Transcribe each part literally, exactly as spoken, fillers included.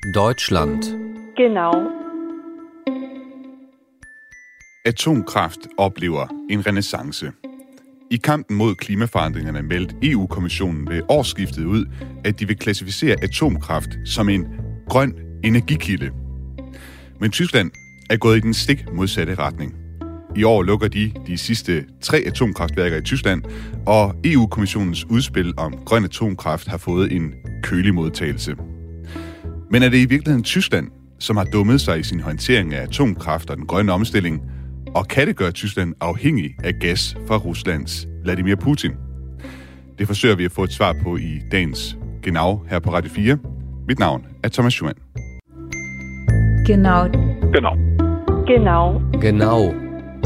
Deutschland. Genau. Atomkraft oplever en renæssance. I kampen mod klimaforandringerne meldte E U-kommissionen ved årsskiftet ud, at de vil klassificere atomkraft som en grøn energikilde. Men Tyskland er gået i den stik modsatte retning. I år lukker de de sidste tre atomkraftværker i Tyskland, og E U-kommissionens udspil om grøn atomkraft har fået en kølig modtagelse. Men er det i virkeligheden Tyskland, som har dummet sig i sin håndtering af atomkraft og den grønne omstilling, og kan det gøre Tyskland afhængig af gas fra Ruslands Vladimir Putin? Det forsøger vi at få et svar på i dagens Genau her på Radio fire. Mit navn er Thomas Schumann. Genau. Genau. Genau. Genau.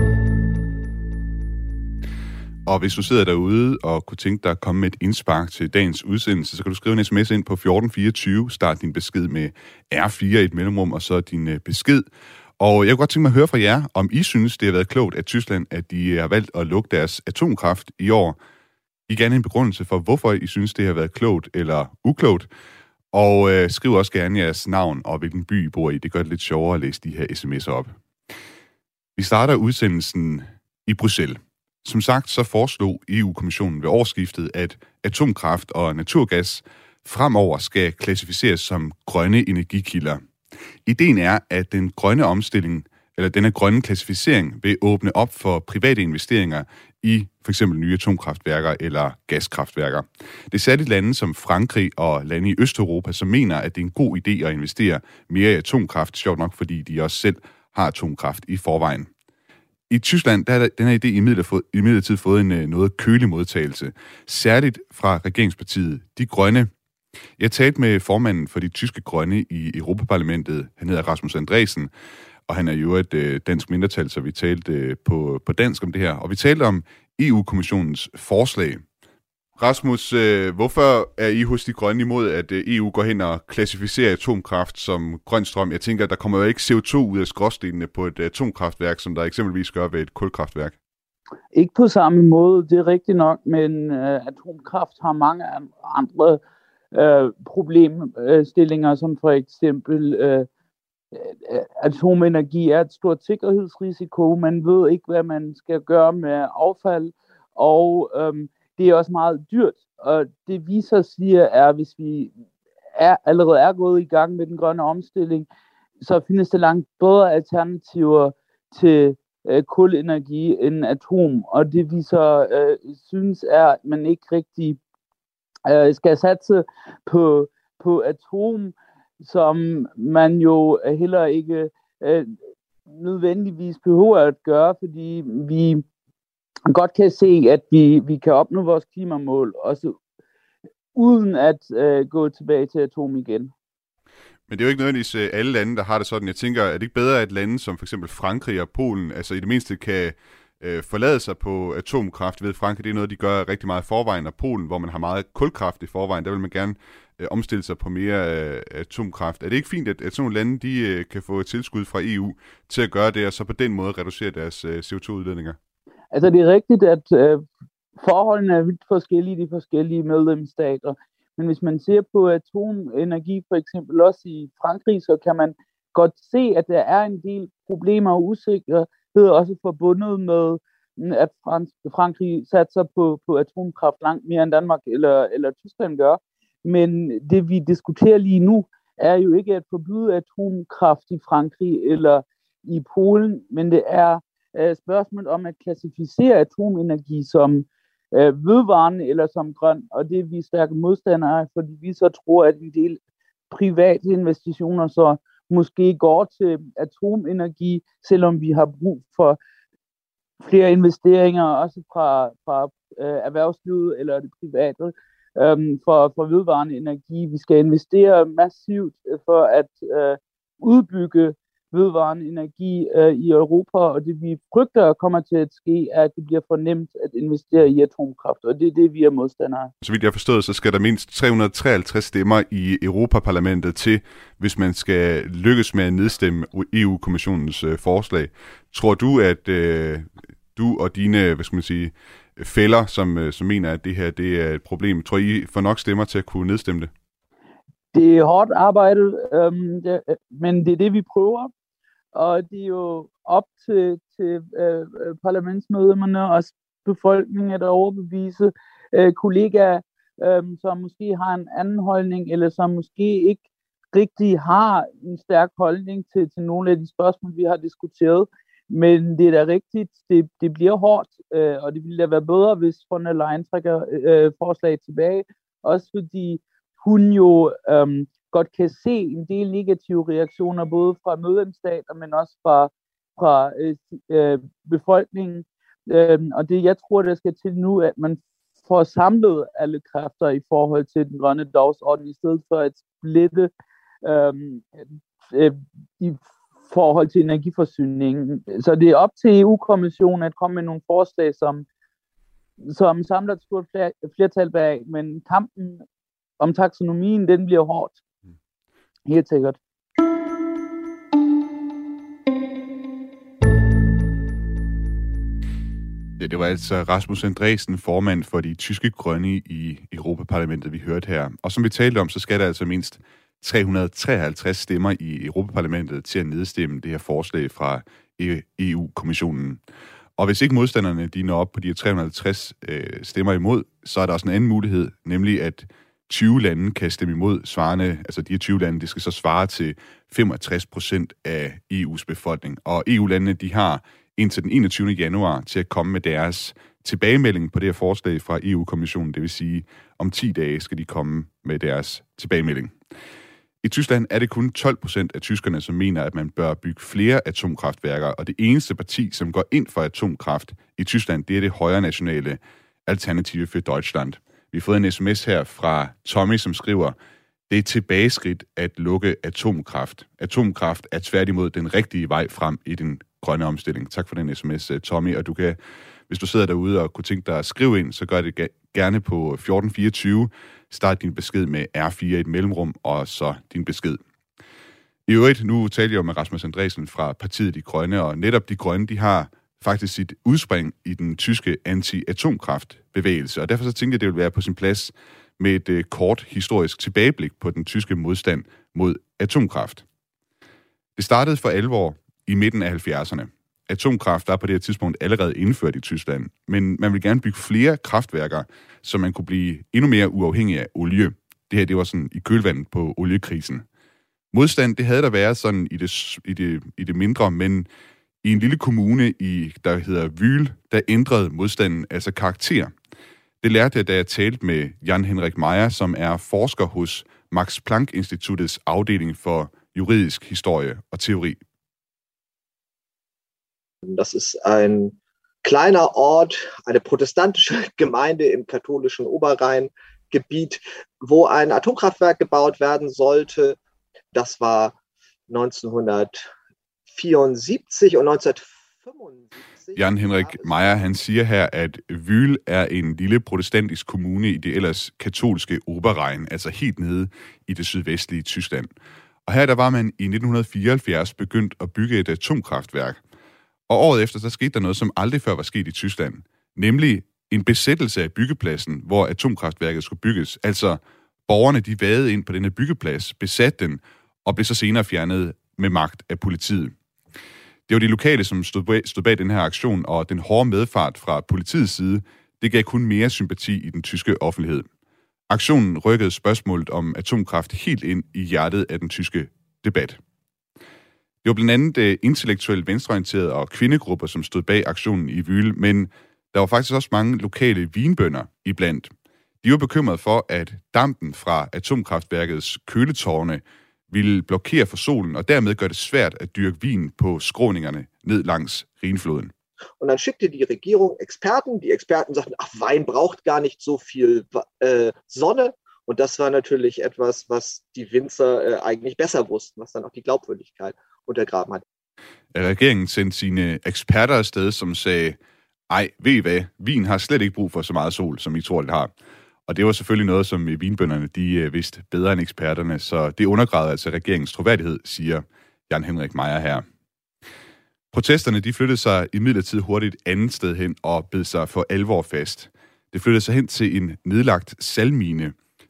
Og hvis du sidder derude og kunne tænke dig at komme med et indspark til dagens udsendelse, så kan du skrive en sms ind på fjorten fireogtyve, start din besked med R fire i et mellemrum, og så din besked. Og jeg kunne godt tænke mig at høre fra jer, om I synes, det har været klogt af Tyskland, at de har valgt at lukke deres atomkraft i år. I gerne en begrundelse for, hvorfor I synes, det har været klogt eller uklogt. Og øh, skriv også gerne jeres navn og hvilken by I bor i. Det gør det lidt sjovere at læse de her sms'er op. Vi starter udsendelsen i Bruxelles. Som sagt, så foreslog E U-kommissionen ved årsskiftet, at atomkraft og naturgas fremover skal klassificeres som grønne energikilder. Ideen er, at den grønne omstilling, eller denne grønne klassificering, vil åbne op for private investeringer i f.eks. nye atomkraftværker eller gaskraftværker. Det er særligt lande som Frankrig og lande i Østeuropa, som mener, at det er en god idé at investere mere i atomkraft, sjovt nok fordi de også selv har atomkraft i forvejen. I Tyskland der har denne idé imidlertid fået en noget kølig modtagelse, særligt fra regeringspartiet De Grønne. Jeg talte med formanden for de tyske grønne i Europaparlamentet. Han hedder Rasmus Andresen, og han er jo et dansk mindretal, så vi talte på, på dansk om det her. Og vi talte om E U-kommissionens forslag. Rasmus, hvorfor er I hos de grønne imod, at E U går hen og klassificerer atomkraft som grøn strøm? Jeg tænker, at der kommer jo ikke C O to ud af skråstenene på et atomkraftværk, som der eksempelvis gør ved et kulkraftværk. Ikke på samme måde, det er rigtigt nok, men uh, atomkraft har mange andre uh, problemstillinger, som for eksempel uh, atomenergi er et stort sikkerhedsrisiko. Man ved ikke, hvad man skal gøre med affald, og um, det er også meget dyrt, og det vi så siger er, hvis vi er, allerede er gået i gang med den grønne omstilling, så findes der langt bedre alternativer til øh, kulenergi end atom. Og det vi så øh, synes er, at man ikke rigtig øh, skal satse på, på atom, som man jo heller ikke øh, nødvendigvis behøver at gøre, fordi vi godt kan se, at vi, vi kan opnå vores klimamål, også uden at øh, gå tilbage til atom igen. Men det er jo ikke nødvendigvis alle lande, der har det sådan. Jeg tænker, er det ikke bedre, at lande som for eksempel Frankrig og Polen, altså i det mindste kan øh, forlade sig på atomkraft? Ved Frankrig, det er noget, de gør rigtig meget i forvejen, og Polen, hvor man har meget kulkraft i forvejen, der vil man gerne øh, omstille sig på mere øh, atomkraft. Er det ikke fint, at, at sådan nogle lande, de øh, kan få et tilskud fra E U til at gøre det, og så på den måde reducere deres øh, C O to udledninger? Altså det er rigtigt, at øh, forholdene er vidt forskellige i de forskellige medlemsstater. Men hvis man ser på atomenergi for eksempel også i Frankrig, så kan man godt se, at der er en del problemer og usikkerhed også forbundet med, at Frankrig satser på, på atomkraft langt mere end Danmark eller, eller Tyskland gør. Men det vi diskuterer lige nu, er jo ikke at forbyde atomkraft i Frankrig eller i Polen, men det er spørgsmål om at klassificere atomenergi som øh, vedvarende eller som grøn, og det er vi stærke modstandere af, fordi vi så tror, at en del private investitioner så måske går til atomenergi, selvom vi har brug for flere investeringer, også fra, fra øh, erhvervslivet eller det private, øh, for, for vedvarende energi. Vi skal investere massivt for at øh, udbygge vedvarende energi øh, i Europa, og det vi frygter kommer til at ske, er, at det bliver for nemt at investere i atomkraft, og det er det, vi er modstandere. Så vidt jeg har forstået, så skal der mindst tre hundrede og treoghalvtreds stemmer i Europaparlamentet til, hvis man skal lykkes med at nedstemme E U-kommissionens øh, forslag. Tror du, at øh, du og dine, hvad skal man sige, fæller, som, som mener, at det her det er et problem, tror I får nok stemmer til at kunne nedstemme det? det er hårdt arbejde, øhm, det, men det er det, vi prøver. Og det er jo op til, til øh, parlamentsmedlemmerne og befolkningen at overbevise øh, kollegaer, øh, som måske har en anden holdning, eller som måske ikke rigtig har en stærk holdning til, til nogle af de spørgsmål, vi har diskuteret. Men det er da rigtigt, det, det bliver hårdt, øh, og det ville da være bedre, hvis von der Leyen trækker øh, forslag tilbage. Også fordi hun jo øh, godt kan se en del negative reaktioner, både fra medlemsstater, men også fra, fra øh, øh, befolkningen. Øh, og det, jeg tror, der skal til nu, at man får samlet alle kræfter i forhold til den grønne dagsorden, i stedet for at splitte øh, øh, i forhold til energiforsyningen. Så det er op til E U-kommissionen at komme med nogle forslag, som, som samler et stort flertal bag, men kampen om taksonomien, den bliver hårdt. Helt sikkert. Ja, det var altså Rasmus Andresen, formand for de tyske grønne i Europaparlamentet, vi hørte her. Og som vi talte om, så skal der altså mindst tre hundrede og treoghalvtreds stemmer i Europaparlamentet til at nedstemme det her forslag fra E U-kommissionen. Og hvis ikke modstanderne de når op på de tre hundrede og halvtreds øh, stemmer imod, så er der også en anden mulighed, nemlig at tyve lande kan stemme imod svarende, altså de her tyve lande, det skal så svare til femogtres procent af E U's befolkning. Og E U-landene, de har indtil den enogtyvende januar til at komme med deres tilbagemelding på det her forslag fra E U-kommissionen. Det vil sige, om ti dage skal de komme med deres tilbagemelding. I Tyskland er det kun tolv procent af tyskerne, som mener, at man bør bygge flere atomkraftværker, og det eneste parti, som går ind for atomkraft i Tyskland, det er det højre nationale Alternative für Deutschland. Vi har fået en sms her fra Tommy, som skriver, det er tilbageskridt at lukke atomkraft. Atomkraft er tværtimod den rigtige vej frem i den grønne omstilling. Tak for den sms, Tommy, og du kan, hvis du sidder derude og kunne tænke dig at skrive ind, så gør det gerne på fjorten fireogtyve. Start din besked med R fire i et mellemrum, og så din besked. I øvrigt, nu taler jeg med Rasmus Andresen fra partiet De Grønne, og netop De Grønne, de har faktisk sit udspring i den tyske anti-atomkraftbevægelse, og derfor så tænkte jeg, det ville være på sin plads med et uh, kort historisk tilbageblik på den tyske modstand mod atomkraft. Det startede for alvor i midten af halvfjerdserne. Atomkraft var på det her tidspunkt allerede indført i Tyskland, men man ville gerne bygge flere kraftværker, så man kunne blive endnu mere uafhængig af olie. Det her, det var sådan i kølvandet på oliekrisen. Modstand, det havde der været sådan i det, i det, i det mindre, men i en lille kommune, i, der hedder Wühl, der ændrede modstanden altså karakter. Det lærte jeg, da jeg talte med Jan Henrik Meyer, som er forsker hos Max Planck-instituttets afdeling for juridisk historie og teori. Das ist ein kleiner Ort, eine protestantische Gemeinde im katholischen Oberrheingebiet, wo ein Atomkraftwerk gebaut werden sollte. Das war neunzehnhundertvierundsiebzig og neunzehnhundertfemundsiebzig. Jan Henrik Meyer, han siger her, at Wühl er en lille protestantisk kommune i det ellers katolske Oberrhein, altså helt nede i det sydvestlige Tyskland. Og her der var man i nitten fireoghalvfjerds begyndt at bygge et atomkraftværk. Og året efter, så skete der noget, som aldrig før var sket i Tyskland. Nemlig en besættelse af byggepladsen, hvor atomkraftværket skulle bygges. Altså, borgerne, de vadede ind på denne byggeplads, besatte den, og blev så senere fjernet med magt af politiet. Det var de lokale, som stod bag, stod bag den her aktion, og den hårde medfart fra politiets side, det gav kun mere sympati i den tyske offentlighed. Aktionen rykkede spørgsmålet om atomkraft helt ind i hjertet af den tyske debat. Det var blandt andet intellektuelt venstreorienterede og kvindegrupper, som stod bag aktionen i Wühl, men der var faktisk også mange lokale vinbønder iblandt. De var bekymrede for, at dampen fra atomkraftværkets køletårne ville blokere for solen, og dermed gøre det svært at dyrke vin på skråningerne ned langs Rhinfloden. Und dann schickte die Regierung Experten. Die Experten sagten, ach, Wein braucht gar nicht so viel äh, Sonne. Und das war natürlich etwas, was die Winzer äh, eigentlich besser wussten, was dann auch die Glaubwürdigkeit untergraben hat. Regeringen sendte sine eksperter afsted, som sagde, ej, ved I hvad, vin har slet ikke brug for så meget sol, som I tror, det har. Og det var selvfølgelig noget, som vinbønderne de vidste bedre end eksperterne, så det undergravede altså regeringens troværdighed, siger Jan Henrik Meyer her. Protesterne de flyttede sig imidlertid hurtigt et andet sted hen og bed sig for alvor fast. Det flyttede sig hen til en nedlagt salmine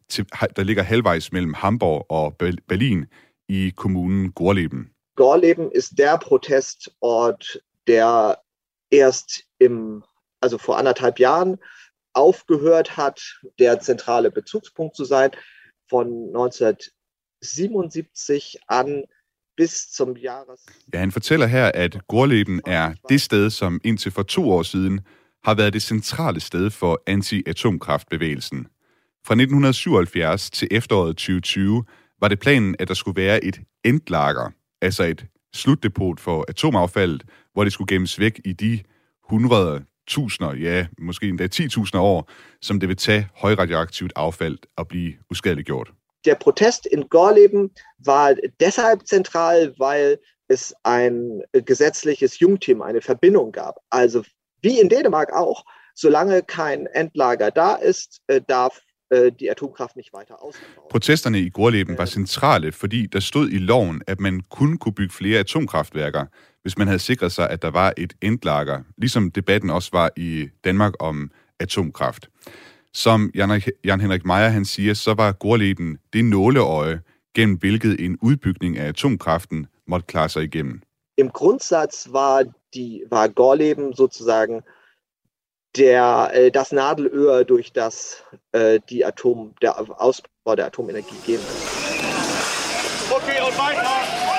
til, der ligger halvvejs mellem Hamburg og Berlin i kommunen Gorleben. Gorleben ist der Protestort, der erst im, also vor anderthalb Jahren aufgehört hat, der zentrale Bezugspunkt zu sein. Von neunzehnhundertsiebenundsiebzig an bis zum Jahres... Ja, han fortæller her, at Gorleben er det sted, som indtil for to år siden har været det centrale sted for anti-atomkraftbevægelsen. Fra nitten syvoghalvfjerds til efteråret tyve tyve var det planen, at der skulle være et endlager, altså et slutdepot for atomaffaldet, hvor det skulle gemmes væk i de hundrede tusinder, ja, måske endda ti tusinder år, som det vil tage højradioaktivt affald at blive uskadeliggjort. Der Protest in Gorleben war deshalb zentral, weil es ein gesetzliches Jungtim, eine Verbindung gab. Also wie in Dänemark auch, solange kein Endlager da ist, darf die Atomkraft nicht weiter ausgebaut. Protesterne i Gorleben var centrale, fordi der stod i loven, at man kun kunne bygge flere atomkraftværker, hvis man havde sikret sig, at der var et endlager, ligesom debatten også var i Danmark om atomkraft. Som Jan Henrik Meyer han siger, så var Gorleben det nåleøje, gennem hvilket en udbygning af atomkraften måtte klare sig igennem. Im Grundsatz war, die, war Gorleben sozusagen der, äh, das Nadelöhr, durch das äh, die Atom, der Ausbau der Atomenergie gehen wird. Okay, und weiter!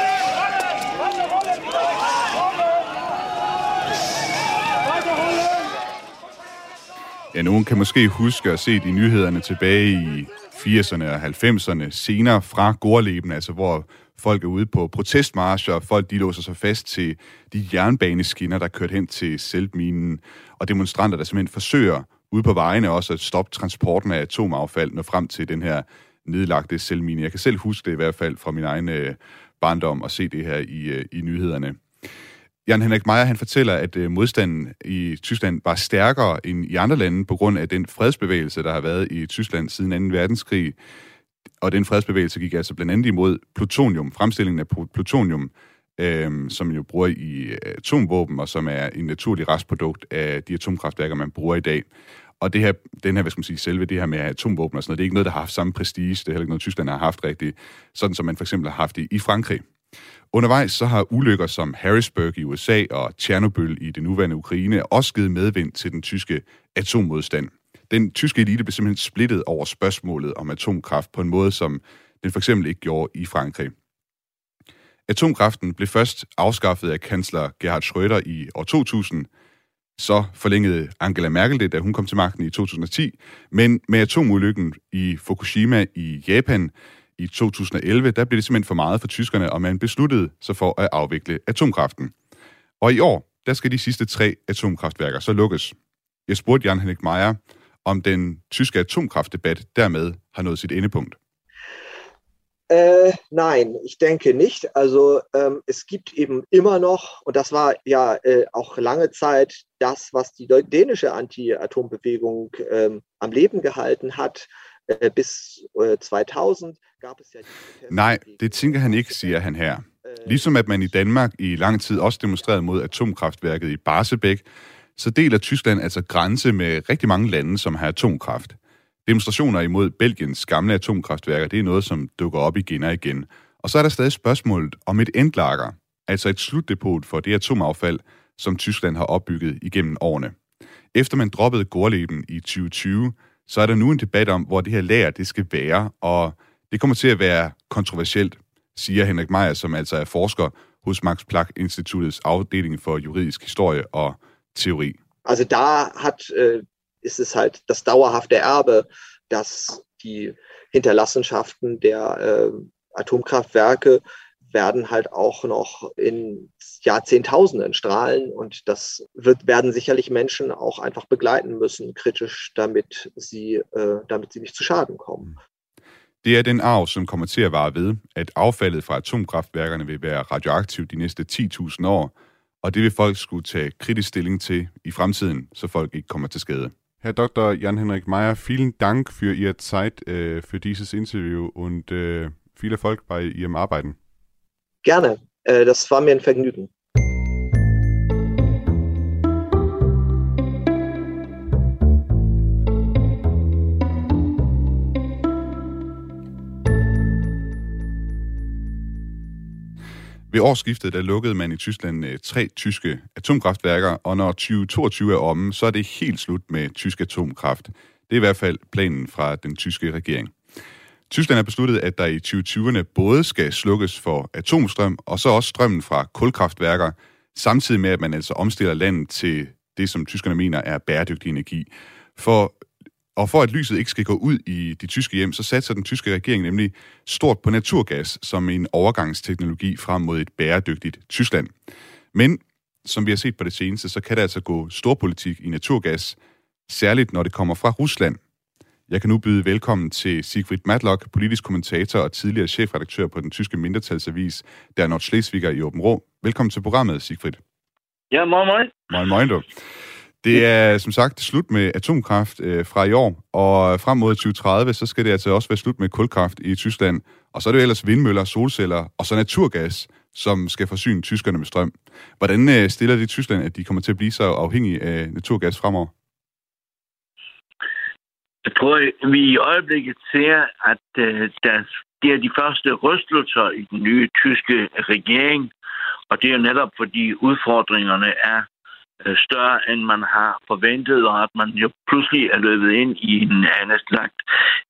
Ja, nogen kan måske huske at se de nyhederne tilbage i firserne og halvfemserne, senere fra Gorleben, altså hvor folk er ude på protestmarcher, og folk de låser sig fast til de jernbaneskinner, der kørte hen til Seltminen, og demonstranter, der simpelthen forsøger ude på vejene også at stoppe transporten af atomaffald, når frem til den her nedlagte Seltmine. Jeg kan selv huske det i hvert fald fra min egen øh, barndom at se det her i, øh, i nyhederne. Jan Henrik Meyer, han fortæller, at øh, modstanden i Tyskland var stærkere end i andre lande på grund af den fredsbevægelse, der har været i Tyskland siden anden verdenskrig. Og den fredsbevægelse gik altså blandt andet imod plutonium, fremstillingen af plutonium, øh, som jo bruger i atomvåben, og som er en naturlig restprodukt af de atomkraftværker, man bruger i dag. Og det her, den her, hvad skal man sige, selve det her med atomvåben og sådan noget, det er ikke noget, der har haft samme prestige, det er heller ikke noget, Tyskland har haft rigtigt, sådan som man for eksempel har haft det i Frankrig. Undervejs så har ulykker som Harrisburg i U S A og Tjernobyl i det nuværende Ukraine også givet medvind til den tyske atommodstand. Den tyske elite blev simpelthen splittet over spørgsmålet om atomkraft på en måde, som den for eksempel ikke gjorde i Frankrig. Atomkraften blev først afskaffet af kansler Gerhard Schröder i år to tusind. Så forlængede Angela Merkel det, da hun kom til magten i to tusind og ti. Men med atomulykken i Fukushima i Japan i to tusind og elleve, der blev det simpelthen for meget for tyskerne, og man besluttede sig for at afvikle atomkraften. Og i år, der skal de sidste tre atomkraftværker så lukkes. Jeg spurgte Jan Henrik Meyer, om den tyske atomkraftdebat dermed har nået sit endepunkt. Äh, nein, ich denke nicht. Also ähm, es gibt eben immer noch, und das war ja äh, auch lange Zeit das, was die dänische Anti-Atom-Bewegung ähm, am Leben gehalten hat. Äh, bis äh, to tusind gab es ja... Nej, det tænker han ikke, siger han her. Ligesom at man i Danmark i lang tid også demonstrerede mod atomkraftværket i Barsebäck, så deler Tyskland altså grænse med rigtig mange lande, som har atomkraft. Demonstrationer imod Belgiens gamle atomkraftværker, det er noget, som dukker op igen og igen. Og så er der stadig spørgsmålet om et endlager, altså et slutdepot for det atomaffald, som Tyskland har opbygget igennem årene. Efter man droppede Gorleben i tyve tyve, så er der nu en debat om, hvor det her lager det skal være, og det kommer til at være kontroversielt, siger Henrik Meyer, som altså er forsker hos Max Planck-instituttets afdeling for juridisk historie og Theorie. Also da hat, äh, ist es halt das dauerhafte Erbe, dass die Hinterlassenschaften der äh, Atomkraftwerke werden halt auch noch in Jahrzehntausenden strahlen und das wird, werden sicherlich Menschen auch einfach begleiten müssen, kritisch, damit sie, äh, damit sie nicht zu Schaden kommen. Det er den arv, som kommer til at vare ved, at affaldet fra atomkraftværkerne vil være radioaktivt de næste ti tusind år, og det vil folk skulle tage kritisk stilling til i fremtiden, så folk ikke kommer til skade. Herr Doktor Jan-Henrik Meyer, vielen Dank für Ihre Zeit, äh, für dieses Interview und äh, viel Erfolg bei Ihrem Arbeiten. Gerne, äh, das war mir ein Vergnügen. Ved årsskiftet, der lukkede man i Tyskland øh, tre tyske atomkraftværker, og når tyve toogtyve er omme, så er det helt slut med tysk atomkraft. Det er i hvert fald planen fra den tyske regering. Tyskland har besluttet, at der i tyve tyverne både skal slukkes for atomstrøm, og så også strømmen fra kulkraftværker, samtidig med, at man altså omstiller landet til det, som tyskerne mener er bæredygtig energi. For, og for at lyset ikke skal gå ud i de tyske hjem, så satser den tyske regering nemlig stort på naturgas som en overgangsteknologi frem mod et bæredygtigt Tyskland. Men, som vi har set på det seneste, så kan der altså gå storpolitik i naturgas, særligt når det kommer fra Rusland. Jeg kan nu byde velkommen til Siegfried Matlock, politisk kommentator og tidligere chefredaktør på den tyske mindretalsavis Der Nordschleswiger i Aaben Rå. Velkommen til programmet, Siegfried. Ja, moin moin. Moin moin, du. Det er som sagt slut med atomkraft øh, fra i år, og frem mod tyve tredive, så skal det altså også være slut med kulkraft i Tyskland. Og så er det jo ellers vindmøller, solceller og så naturgas, som skal forsyne tyskerne med strøm. Hvordan øh, stiller det Tyskland, at de kommer til at blive så afhængige af naturgas fremover? Jeg tror, vi i øjeblikket ser, at øh, der, det er de første rystelser i den nye tyske regering, og det er netop fordi udfordringerne er øh, større, end man har forventet, og at man jo pludselig er løbet ind i en næsten sagt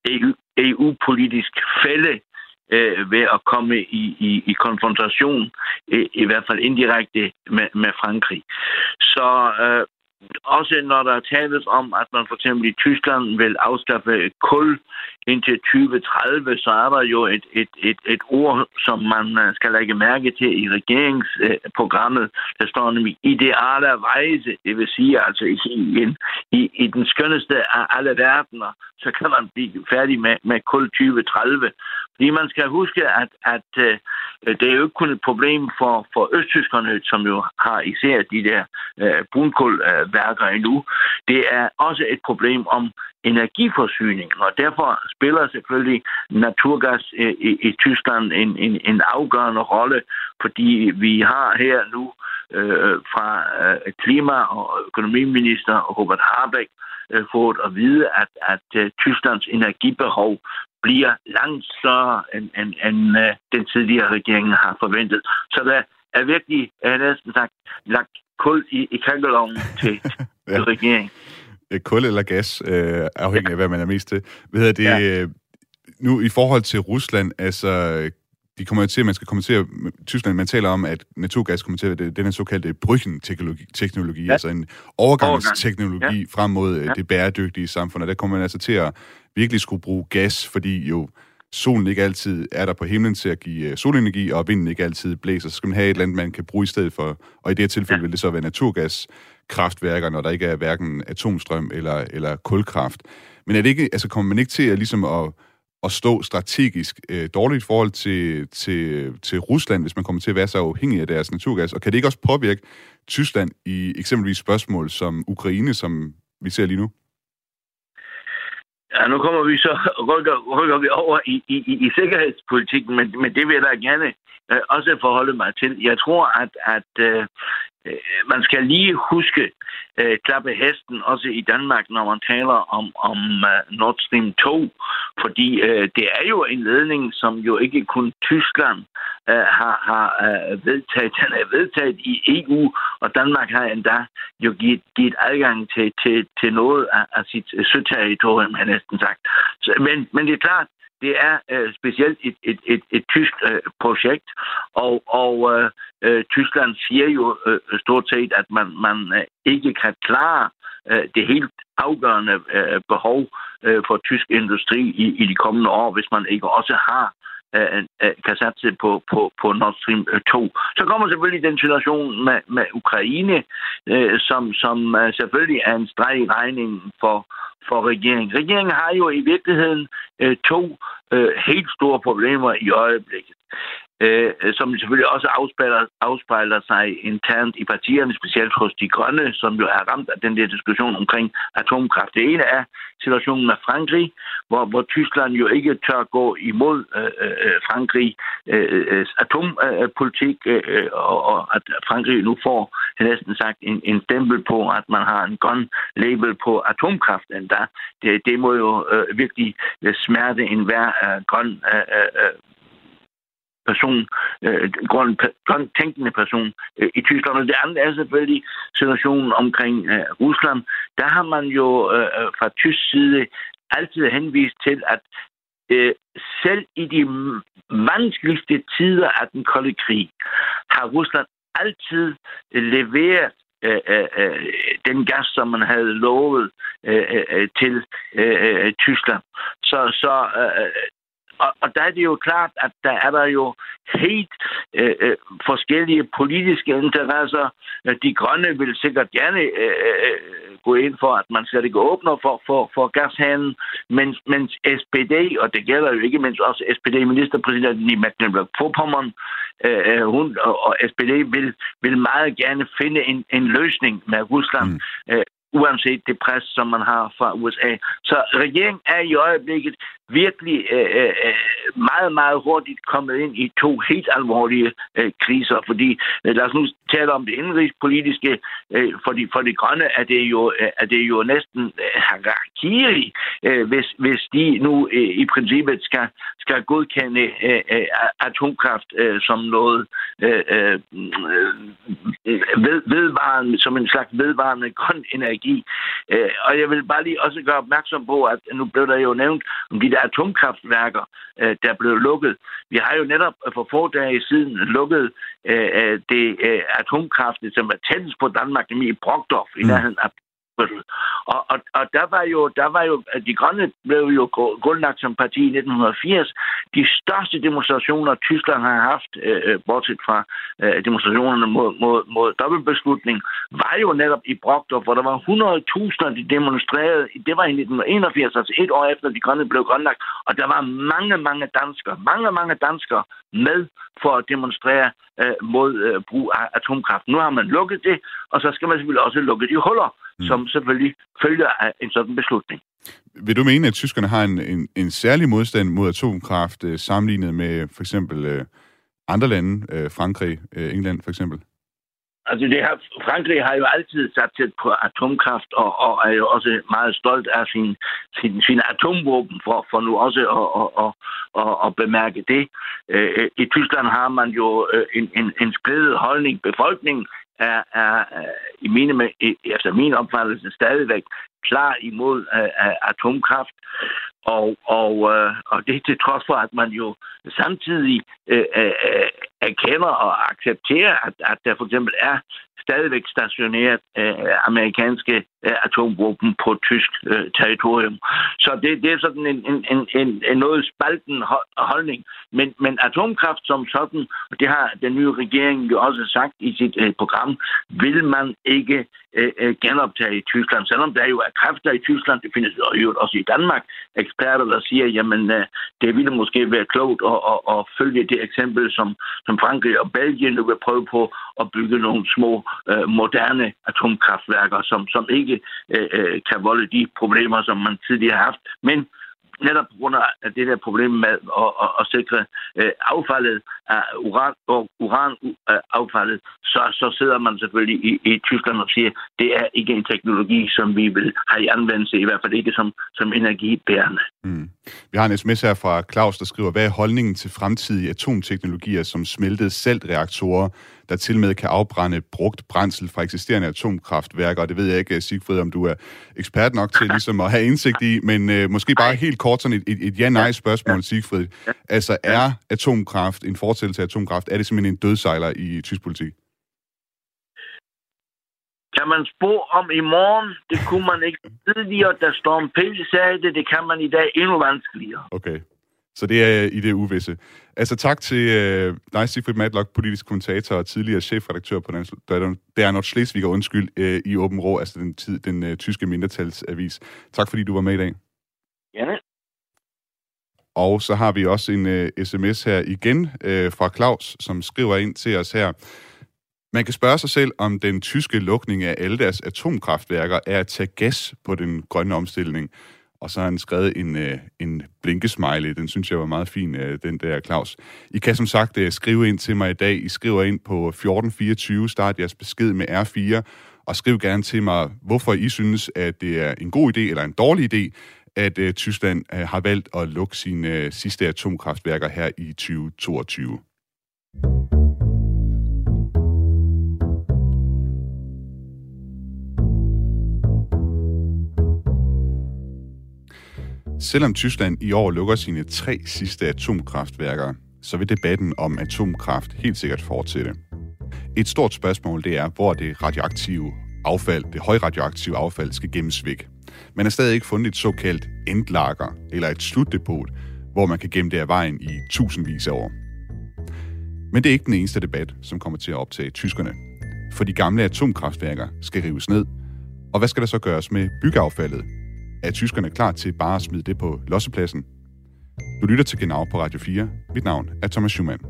E U-politisk fælde øh, ved at komme i, i, i konfrontation, i, i hvert fald indirekte med, med Frankrig. Så øh, også når der tales om, at man for eksempel i Tyskland vil afskaffe kul indtil tyve tredive, så er der jo et, et, et, et ord, som man skal lægge mærke til i regeringsprogrammet. Der står nemlig idealerweise, det vil sige altså i, i, i, i den skønneste af alle verdener, så kan man blive færdig med, med kul tyve tredive. Fordi man skal huske, at, at uh, det er jo ikke kun et problem for, for østtyskerne, som jo har især de der uh, brunkulværker uh, endnu. Det er også et problem om energiforsyning, og derfor spiller selvfølgelig naturgas uh, i, i Tyskland en, en, en afgørende rolle, fordi vi har her nu uh, fra uh, klima- og økonomiminister Robert Habeck uh, fået at vide, at, at uh, Tysklands energibehov bliver langt større, end, end, end uh, den tidligere regering har forventet. Så der er virkelig, jeg har næsten sagt, lagt kul i, i kakkelovnen til, ja. til regeringen. Kul eller gas, øh, afhængig af, hvad man er mest til. Hvad hedder det, ja. Nu i forhold til Rusland, altså, de kommer til, man skal kommentere, Tyskland, man taler om, at naturgas kommer til at være den her såkaldte Brücken-teknologi, teknologi, ja. altså en overgangsteknologi Overgang. ja. frem mod ja. det bæredygtige samfund, og der kommer man altså til at virkelig skulle bruge gas, fordi jo solen ikke altid er der på himlen til at give solenergi, og vinden ikke altid blæser, så skal man have et eller andet, man kan bruge i stedet for, og i det her tilfælde ja. vil det så være naturgaskraftværker, når der ikke er hverken atomstrøm eller, eller kulkraft. Men er det ikke, altså kommer man ikke til at ligesom at at stå strategisk øh, dårligt i forhold til, til, til Rusland, hvis man kommer til at være så afhængig af deres naturgas? Og kan det ikke også påvirke Tyskland i eksempelvis spørgsmål som Ukraine, som vi ser lige nu? Ja, nu kommer vi så rykker, rykker vi over i, i, i sikkerhedspolitikken, men, men det vil jeg da gerne øh, også forholde mig til. Jeg tror, at, at øh, man skal lige huske øh, klappe hesten også i Danmark, når man taler om, om uh, Nord Stream to, fordi øh, det er jo en ledning, som jo ikke kun Tyskland øh, har, har øh, vedtaget. Den er vedtaget i E U, og Danmark har endda jo givet, givet adgang til, til, til noget af, af sit søterritorium, har jeg næsten sagt. Så, men, men det er klart, det er øh, specielt et, et, et, et tysk øh, projekt, og, og øh, Tyskland siger jo øh, stort set, at man, man øh, ikke kan klare øh, det helt afgørende øh, behov øh, for tysk industri i, i de kommende år, hvis man ikke også har øh, øh, kan satse på, på, på Nord Stream to. Så kommer selvfølgelig den situation med, med Ukraine, øh, som, som øh, selvfølgelig er en streg i regningen for for regeringen. Regeringen har jo i virkeligheden øh, to øh, helt store problemer i øjeblikket, øh, som selvfølgelig også afspejler, afspejler sig internt i partierne, specielt hos de grønne, som jo er ramt af den der diskussion omkring atomkraft. Det ene er situationen med Frankrig, hvor, hvor Tyskland jo ikke tør gå imod øh, Frankrig øh, atompolitik, øh, og, og at Frankrig nu får næsten sagt en, en stempel på, at man har en grøn label på atomkraft endda. Det, det må jo øh, virkelig smerte enhver øh, grøn øh, øh, person, øh, grøn, grøn tænkende person øh, i Tyskland. Og det andet er selvfølgelig situationen omkring øh, Rusland. Der har man jo øh, fra tysk side altid henvist til, at øh, selv i de vanskeligste tider af den kolde krig, har Rusland altid øh, leveret øh, øh, den gas, som man havde lovet øh, øh, til øh, Tyskland. Så, så øh, Og, og der er det jo klart, at der er der jo helt øh, forskellige politiske interesser. De grønne vil sikkert gerne øh, gå ind for, at man slet ikke åbner for, for, for gashanen, mens, mens S P D, og det gælder jo ikke mindst også S P D-ministerpræsidenten i Mecklenburg-Vorpommern, øh, hun og, og S P D vil, vil meget gerne finde en, en løsning med Rusland. Mm. Øh, uanset det pres, som man har fra U S A. Så regeringen er i øjeblikket virkelig øh, øh, meget, meget hurtigt kommet ind i to helt alvorlige øh, kriser, fordi øh, lad os nu tale om det indrigspolitiske. Øh, for, de, for de grønne er det jo, øh, er det jo næsten øh, harakiri, øh, hvis, hvis de nu øh, i princippet skal, skal godkende øh, øh, atomkraft øh, som noget øh, øh, ved, vedvarende, som en slags vedvarende grøn energi. Øh, og jeg vil bare lige også gøre opmærksom på, at nu blev der jo nævnt om de der atomkraftværker, øh, der blev lukket. Vi har jo netop for få dage siden lukket øh, det øh, atomkraft, som er tættest på Danmark, nemlig i Brokdorf, i nærheden af Og, og, og der var jo, der var jo, de grønne blev jo grundlagt som parti i nitten firs. De største demonstrationer, Tyskland har haft, øh, bortset fra øh, demonstrationerne mod, mod, mod dobbeltbeslutning, var jo netop i Brokdorf, hvor der var hundrede tusinder, de demonstrerede. Det var i nitten enogfirs, altså et år efter, de grønne blev grundlagt. Og der var mange, mange danskere, mange, mange danskere med for at demonstrere øh, mod øh, brug af atomkraft. Nu har man lukket det, og så skal man selvfølgelig også lukke de huller, mm. som selvfølgelig følger af en sådan beslutning. Vil du mene, at tyskerne har en, en, en særlig modstand mod atomkraft øh, sammenlignet med for eksempel øh, andre lande, øh, Frankrig, øh, England for eksempel? Altså det her, Frankrig har jo altid sat tæt på atomkraft, og, og er jo også meget stolt af sin, sin, sin atomvåben, for, for nu også at, at, at, at, at bemærke det. Øh, I Tyskland har man jo en, en, en splittet holdning. Befolkningen er, er, er i mine, efter min opfattelse stadigvæk klar imod uh, atomkraft, og, og, uh, og det til trods for, at man jo samtidig uh, uh, erkender og accepterer, at, at der for eksempel er stadigvæk stationeret uh, amerikanske uh, atomvåben på tysk uh, territorium. Så det, det er sådan en, en, en, en, en noget spalten holdning. Men, men atomkraft som sådan, og det har den nye regering jo også sagt i sit uh, program, vil man ikke uh, genoptage i Tyskland, selvom der jo er kræfter i Tyskland, det findes jo også i Danmark, eksperter, der siger, jamen det ville måske være klogt at, at, at følge det eksempel, som, som Frankrig og Belgien nu vil prøve på at bygge nogle små, uh, moderne atomkraftværker, som, som ikke uh, kan volde de problemer, som man tidligere har haft. Men netop på grund af det der problem med at, at, at sikre øh, affaldet af uran og uranaffaldet, så, så sidder man selvfølgelig i, i Tyskland og siger, det er ikke en teknologi, som vi vil have i anvendelse, i hvert fald ikke som, som energibærende. Mm. Vi har en sms her fra Claus, der skriver, hvad er holdningen til fremtidige atomteknologier som smeltede saltreaktorer, der til med kan afbrænde brugt brændsel fra eksisterende atomkraftværker? Og det ved jeg ikke, Sigfrid, om du er ekspert nok til ligesom at have indsigt i, men øh, måske bare helt kort sådan et, et, et ja-nej-spørgsmål, Sigfrid. Altså, er atomkraft en fortsættelse af atomkraft? Er det simpelthen en dødsejler i tysk politik? Kan man spå om i morgen? Det kunne man ikke tidligere, da Storm P. sagde det. Det kan man i dag endnu vanskeligere. Okay. Så det er i det uvisse. Altså tak til øh, dig, Sigfrid Matlock, politisk kommentator og tidligere chefredaktør på Der er Nordschleswiger, undskyld, øh, i Åben Rå, altså den, tid, den øh, tyske mindretalsavis. Tak fordi du var med i dag. Ja. Og så har vi også en øh, sms her igen øh, fra Claus, som skriver ind til os her. Man kan spørge sig selv, om den tyske lukning af alle deres atomkraftværker er at tage gas på den grønne omstilling. Og så har han skrevet en, øh, en blinkesmiley. Den synes jeg var meget fin, øh, den der, Claus. I kan som sagt øh, skrive ind til mig i dag. I skriver ind på fjorten fireogtyve. Start jeres besked med R fire. Og skriv gerne til mig, hvorfor I synes, at det er en god idé eller en dårlig idé, at øh, Tyskland øh, har valgt at lukke sine øh, sidste atomkraftværker her i tyve toogtyve. Selvom Tyskland i år lukker sine tre sidste atomkraftværker, så vil debatten om atomkraft helt sikkert fortsætte. Et stort spørgsmål det er, hvor det radioaktive affald, det højradioaktive affald, skal gemmes væk. Man har stadig ikke fundet et såkaldt endlager, eller et slutdepot, hvor man kan gemme det af vejen i tusindvis af år. Men det er ikke den eneste debat, som kommer til at optage tyskerne. For de gamle atomkraftværker skal rives ned. Og hvad skal der så gøres med byggeaffaldet? Er tyskerne klar til bare at smide det på lossepladsen? Du lytter til Genau på Radio fire. Mit navn er Thomas Schumann.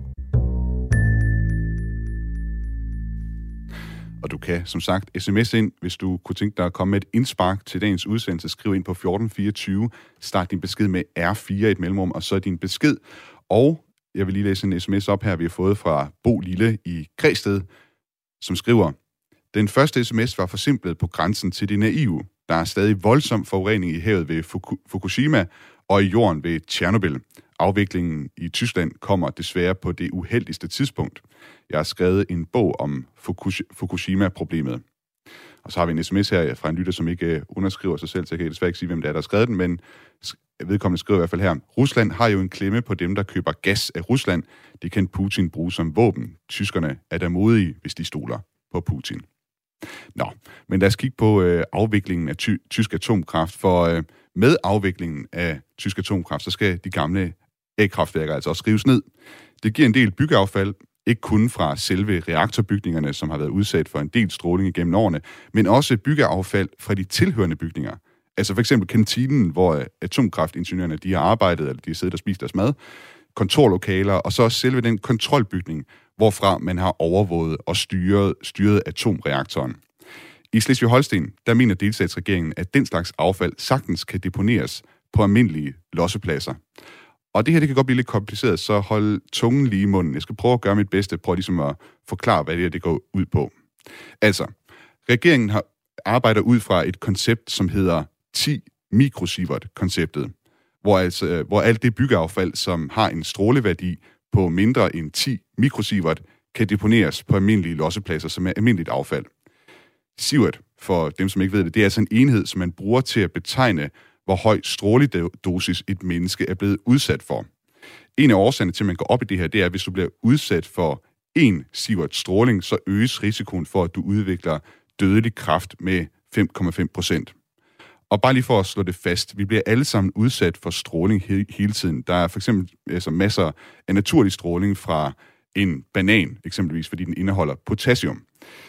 Og du kan som sagt sms ind, hvis du kunne tænke dig at komme med et indspark til dagens udsendelse. Skriv ind på fjorten fireogtyve. Start din besked med R fire i et mellemrum, og så din besked. Og jeg vil lige læse en sms op her, vi har fået fra Bo Lille i Græsted, som skriver: Den første sms var forsimplet på grænsen til det naive. Der er stadig voldsom forurening i havet ved Fukushima og i jorden ved Tjernobyl. Afviklingen i Tyskland kommer desværre på det uheldigste tidspunkt. Jeg har skrevet en bog om Fukushima-problemet. Og så har vi en sms her fra en lytter, som ikke underskriver sig selv, så jeg kan desværre ikke sige, hvem det er, der har skrevet den, men vedkommende skriver i hvert fald her: Rusland har jo en klemme på dem, der køber gas af Rusland. Det kan Putin bruge som våben. Tyskerne er da modige, hvis de stoler på Putin. Nå, men lad os kigge på øh, afviklingen af ty- tysk atomkraft, for øh, med afviklingen af tysk atomkraft, så skal de gamle A-kraftværker altså også rives ned. Det giver en del byggeaffald, ikke kun fra selve reaktorbygningerne, som har været udsat for en del stråling igennem årene, men også byggeaffald fra de tilhørende bygninger. Altså for eksempel kantinen, hvor atomkraftingeniørerne de har arbejdet, eller de har siddet og spist deres mad, kontorlokaler, og så også selve den kontrolbygning, hvorfra man har overvåget og styret, styret atomreaktoren. I Slesvig-Holsten, der mener delstatsregeringen, at den slags affald sagtens kan deponeres på almindelige lossepladser. Og det her, det kan godt blive lidt kompliceret, så hold tungen lige i munden. Jeg skal prøve at gøre mit bedste, prøve ligesom at forklare, hvad det her det går ud på. Altså, regeringen har arbejder ud fra et koncept, som hedder ti mikrosievert-konceptet, hvor, altså, hvor alt det byggeaffald, som har en stråleværdi på mindre end ti mikrosievert, kan deponeres på almindelige lossepladser, som er almindeligt affald. Sievert, for dem som ikke ved det, det er altså en enhed, som man bruger til at betegne, hvor høj stråledosis et menneske er blevet udsat for. En af årsagerne til, at man går op i det her, det er, at hvis du bliver udsat for en sievert stråling, så øges risikoen for, at du udvikler dødelig kræft med fem komma fem procent. Og bare lige for at slå det fast, vi bliver alle sammen udsat for stråling he- hele tiden. Der er for eksempel altså masser af naturlig stråling fra en banan, eksempelvis fordi den indeholder potassium.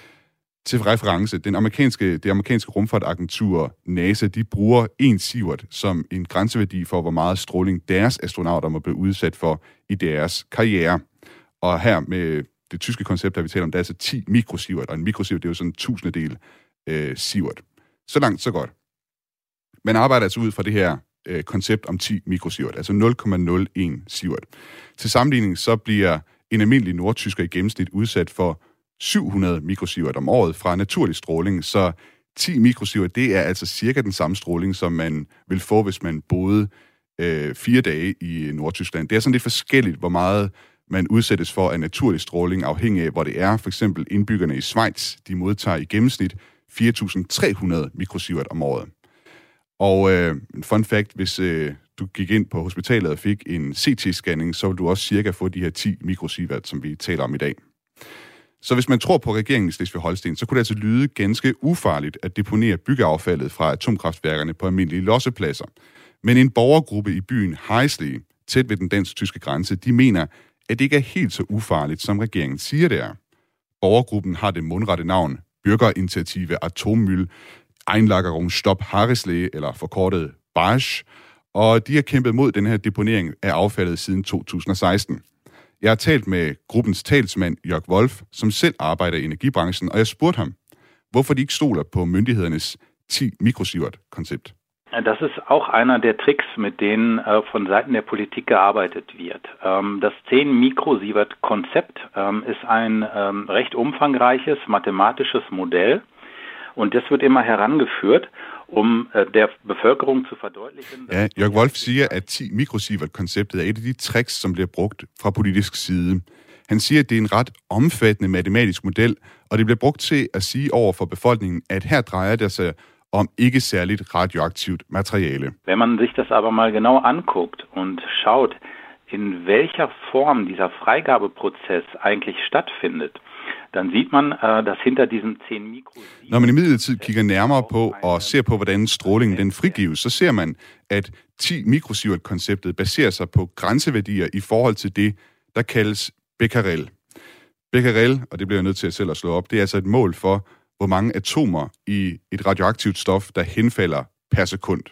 Til reference, den amerikanske, det amerikanske rumfartagentur NASA, de bruger en sievert som en grænseværdi for, hvor meget stråling deres astronauter må blive udsat for i deres karriere. Og her med det tyske koncept, der vi taler om, der er altså ti mikrosievert, og en mikrosievert, det er jo sådan en tusindedel øh, sievert. Så langt, så godt. Man arbejder altså ud fra det her øh, koncept om ti mikrosievert, altså nul komma nul en sievert. Til sammenligning så bliver en almindelig nordtysker i gennemsnit udsat for syv hundrede mikrosievert om året fra naturlig stråling, så ti mikrosievert, det er altså cirka den samme stråling, som man vil få, hvis man boede øh, fire dage i Nordtyskland. Det er sådan lidt forskelligt, hvor meget man udsættes for af naturlig stråling, afhængig af, hvor det er. For eksempel indbyggerne i Schweiz, de modtager i gennemsnit fire tusind tre hundrede mikrosievert om året. Og øh, fun fact, hvis øh, du gik ind på hospitalet og fik en C T-scanning, så vil du også cirka få de her ti mikrosievert, som vi taler om i dag. Så hvis man tror på regeringen i Slesvig-Holsten, så kunne det altså lyde ganske ufarligt at deponere byggeaffaldet fra atomkraftværkerne på almindelige lossepladser. Men en borgergruppe i byen Heisley, tæt ved den dansk-tyske grænse, de mener, at det ikke er helt så ufarligt, som regeringen siger det er. Borgergruppen har det mundrette navn Bürgerinitiative Atommüll Einlagerung Stop Heisley, eller forkortet BASH, og de har kæmpet mod den her deponering af affaldet siden to tusind og seksten. Jeg har talt med gruppens talsmand Jörg Wolf, som selv arbejder i energibranchen, og jeg spurgte ham, hvorfor de ikke stoler på myndighedernes ti mikrosievert-koncept. Das ist auch einer der Tricks, mit denen äh, von Seiten der Politik gearbeitet wird. Ähm, das zehn mikrosievert-Konzept ähm, ist ein ähm, recht umfangreiches mathematisches Modell und das wird immer herangeführt, um äh, der Bevölkerung zu verdeutlichen. Ja, Jörg Wolf siger, at ti mikrosievert-konceptet er et af de tricks, som bliver brugt fra politisk side. Han siger, at det er en ret omfattende matematisk model, og det bliver brugt til at sige over for befolkningen, at her drejer det sig om ikke særligt radioaktivt materiale. Wenn man sich das aber mal genau anguckt und schaut, in welcher Form dieser Freigabeprozess eigentlich stattfindet, dann sieht man, dass hinter diesen zehn Mikrosievert... Når man imidlertid kigger nærmere på og ser på, hvordan strålingen den frigives, så ser man, at ti mikrosievert-konceptet baserer sig på grænseværdier i forhold til det, der kaldes becquerel. Becquerel, og det bliver jeg nødt til at selv at slå op, det er altså et mål for, hvor mange atomer i et radioaktivt stof, der henfalder per sekund.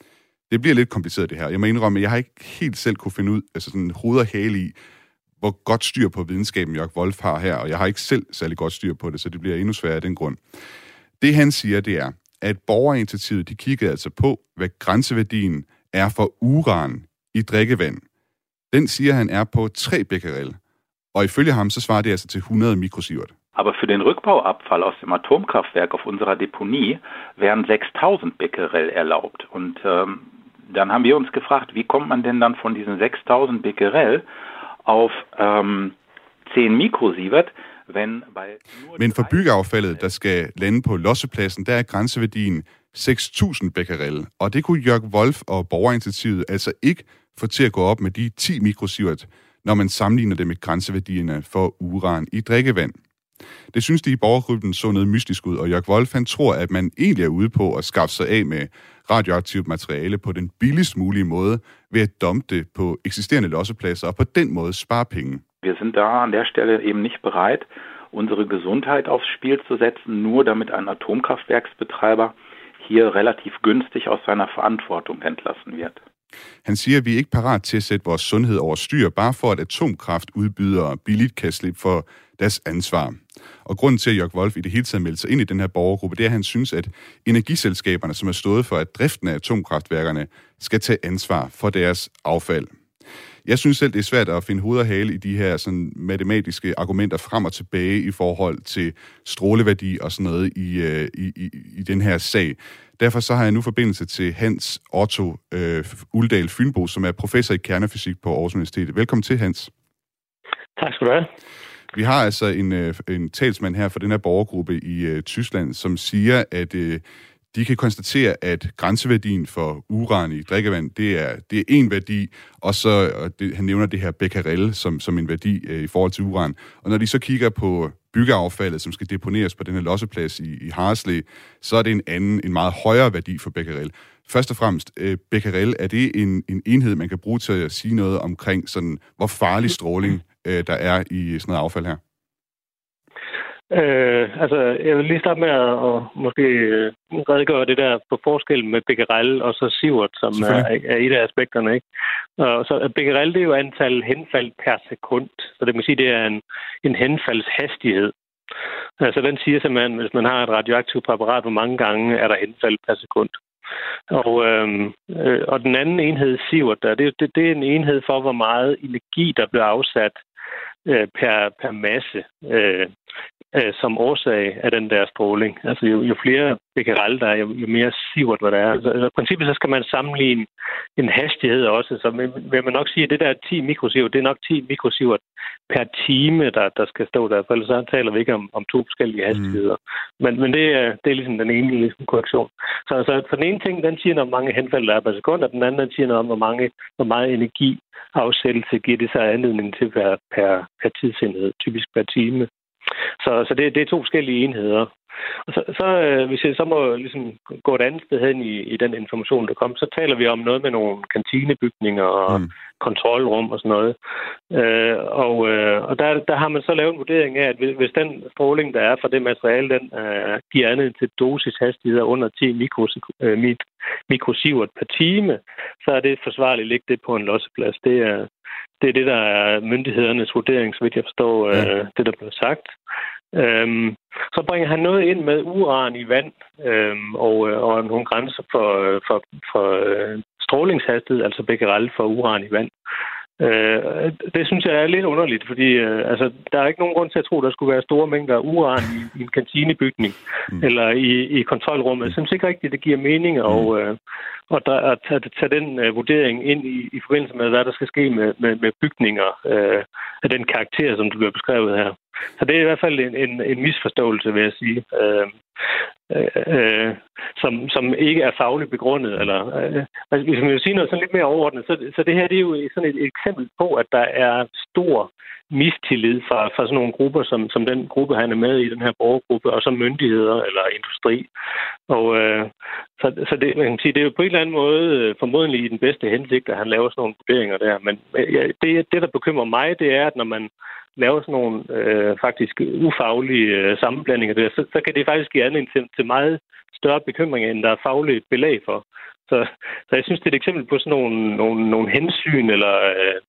Det bliver lidt kompliceret, det her. Jeg må indrømme, at jeg har ikke helt selv kunne finde ud, altså sådan hoved og hale i, hvor godt styr på videnskaben Jörg Wolf har her, og jeg har ikke selv særlig godt styr på det, så det bliver endnu sværere af den grund. Det han siger, det er, at borgerinitiativet, de kiggede altså på, hvad grænseværdien er for uran i drikkevand. Den siger han er på tre becquerel, og ifølge ham, så svarer det altså til hundrede mikrosievert. Aber für den Rückbauabfall aus dem Atomkraftwerk auf unserer Deponie wären sechstausend Becquerel erlaubt. Und ähm, dann haben wir uns gefragt, wie kommt man denn dann von diesen sechstausend Becquerel auf ähm, zehn Mikrosievert, wenn bei... Men for byggeaffaldet, der skal lande på lossepladsen, der er grænseværdien seks tusind becquerel. Og det kunne Jörg Wolf og borgerinitiativet altså ikke få til at gå op med de ti mikrosievert, når man sammenligner det med grænseværdierne for uran i drikkevand. Det synes de i borgergruppen så noget mystisk ud, og Jörg Wolf han tror, at man egentlig er ude på at skaffe sig af med radioaktivt materiale på den billigst mulige måde ved at dumpe det på eksisterende lossepladser og på den måde spare penge. Wir sind da an der Stelle eben nicht bereit, unsere Gesundheit aufs Spiel zu setzen, nur damit ein Atomkraftwerksbetreiber hier relativ günstig aus seiner Verantwortung entlassen wird. Han siger, at vi er ikke parat til at sætte vores sundhed over styr, bare for at atomkraftudbydere billigt kan slippe for deres ansvar. Og grunden til, at Jörg Wolf i det hele taget meldte sig ind i den her borgergruppe, det er, at han synes, at energiselskaberne, som er stået for, at driften af atomkraftværkerne skal tage ansvar for deres affald. Jeg synes selv, det er svært at finde hoved og hale i de her sådan, matematiske argumenter frem og tilbage i forhold til stråleværdi og sådan noget i, i, i, i den her sag. Derfor så har jeg nu forbindelse til Hans Otto øh, Uldal Fynbo, som er professor i kernefysik på Aarhus Universitet. Velkommen til, Hans. Tak skal du have. Vi har altså en, øh, en talsmand her for den her borgergruppe i øh, Tyskland, som siger, at øh, de kan konstatere, at grænseværdien for uran i drikkevand, det er, det er en værdi, og så og det, han nævner det her becquerel som, som en værdi øh, i forhold til uran. Og når de så kigger på byggeaffaldet, som skal deponeres på den her losseplads i, i Harslev, så er det en anden, en meget højere værdi for becquerel. Først og fremmest, øh, becquerel, er det en, en enhed, man kan bruge til at sige noget omkring, sådan, hvor farlig stråling øh, der er i sådan noget affald her? Øh, altså, jeg vil lige starte med at, at måske redegøre det der på forskellen med becquerel og så sievert, som er, er et af aspekterne, ikke? Og så becquerel, det er jo antal henfald per sekund, så det må sige, det er en, en henfaldshastighed. Altså, den siger simpelthen, hvis man har et radioaktivt præparat, hvor mange gange er der henfald per sekund. Og, øhm, øh, og den anden enhed, sievert, der, det, det, det er en enhed for, hvor meget energi, der bliver afsat øh, per, per masse øh, øh, som årsag af den der stråling. Altså jo, jo flere becquerel der er, jo, jo mere sievert, hvad der er. Altså, altså, i princippet så skal man sammenligne en hastighed også, så vil man nok sige, at det der ti mikrosievert, det er nok ti mikrosievert per time, der, der skal stå der, for ellers så taler vi ikke om, om to forskellige hastigheder. Mm. Men, men det, er, det er ligesom den ene ligesom, korrektion. Så, så for den ene ting, den siger noget om, hvor mange henfald der er per sekund, og den anden den siger noget om, hvor, mange, hvor meget energi afsættelse giver det sig anledning til per, per, per tidsenhed, typisk per time. Så, så det, det er to forskellige enheder. Og så, så øh, hvis jeg så må ligesom gå et andet sted hen i, i den information, der kom, så taler vi om noget med nogle kantinebygninger og mm. kontrolrum og sådan noget. Øh, og øh, og der, der har man så lavet en vurdering af, at hvis den stråling, der er fra det materiale, den øh, giver andet til dosishastigheder under ti øh, mikrosievert per time, så er det forsvarligt at lægge det på en losseplads. Det er det, er det der er myndighedernes vurdering, så vidt jeg forstår øh, det, der blev sagt. Øhm, så bringer han noget ind med uran i vand øhm, og, og nogle grænser for, for, for øh, strålingshastighed, altså becquerel for uran i vand. Øh, det synes jeg er lidt underligt, fordi øh, altså, der er ikke nogen grund til at tro, at der skulle være store mængder uran i, i en kantinebygning mm. eller i, i kontrolrummet. Jeg synes ikke rigtigt, det giver mening og, øh, og der, at tage, tage den øh, vurdering ind i, i forbindelse med, hvad der skal ske med, med, med bygninger øh, af den karakter, som du bliver beskrevet her. Så det er i hvert fald en, en, en misforståelse, vil jeg sige, øh, øh, øh, som, som ikke er fagligt begrundet. Eller, øh, altså, hvis man vil sige noget sådan lidt mere overordnet, så, så det her det er jo sådan et eksempel på, at der er stor mistillid fra, fra sådan nogle grupper, som, som den gruppe, han er med i, den her borgergruppe, og som myndigheder eller industri. Og øh, så, så det, man kan sige, det er jo på en eller anden måde formodentlig i den bedste hensigt, at han laver sådan nogle vurderinger der. Men ja, det, det, der bekymrer mig, det er, at når man laver sådan nogle øh, faktisk ufaglige øh, sammenblandinger der, så, så kan det faktisk give anledning til, til meget større bekymringer, end der er fagligt belæg for. Så, så jeg synes, det er et eksempel på sådan nogle, nogle, nogle hensyn eller øh,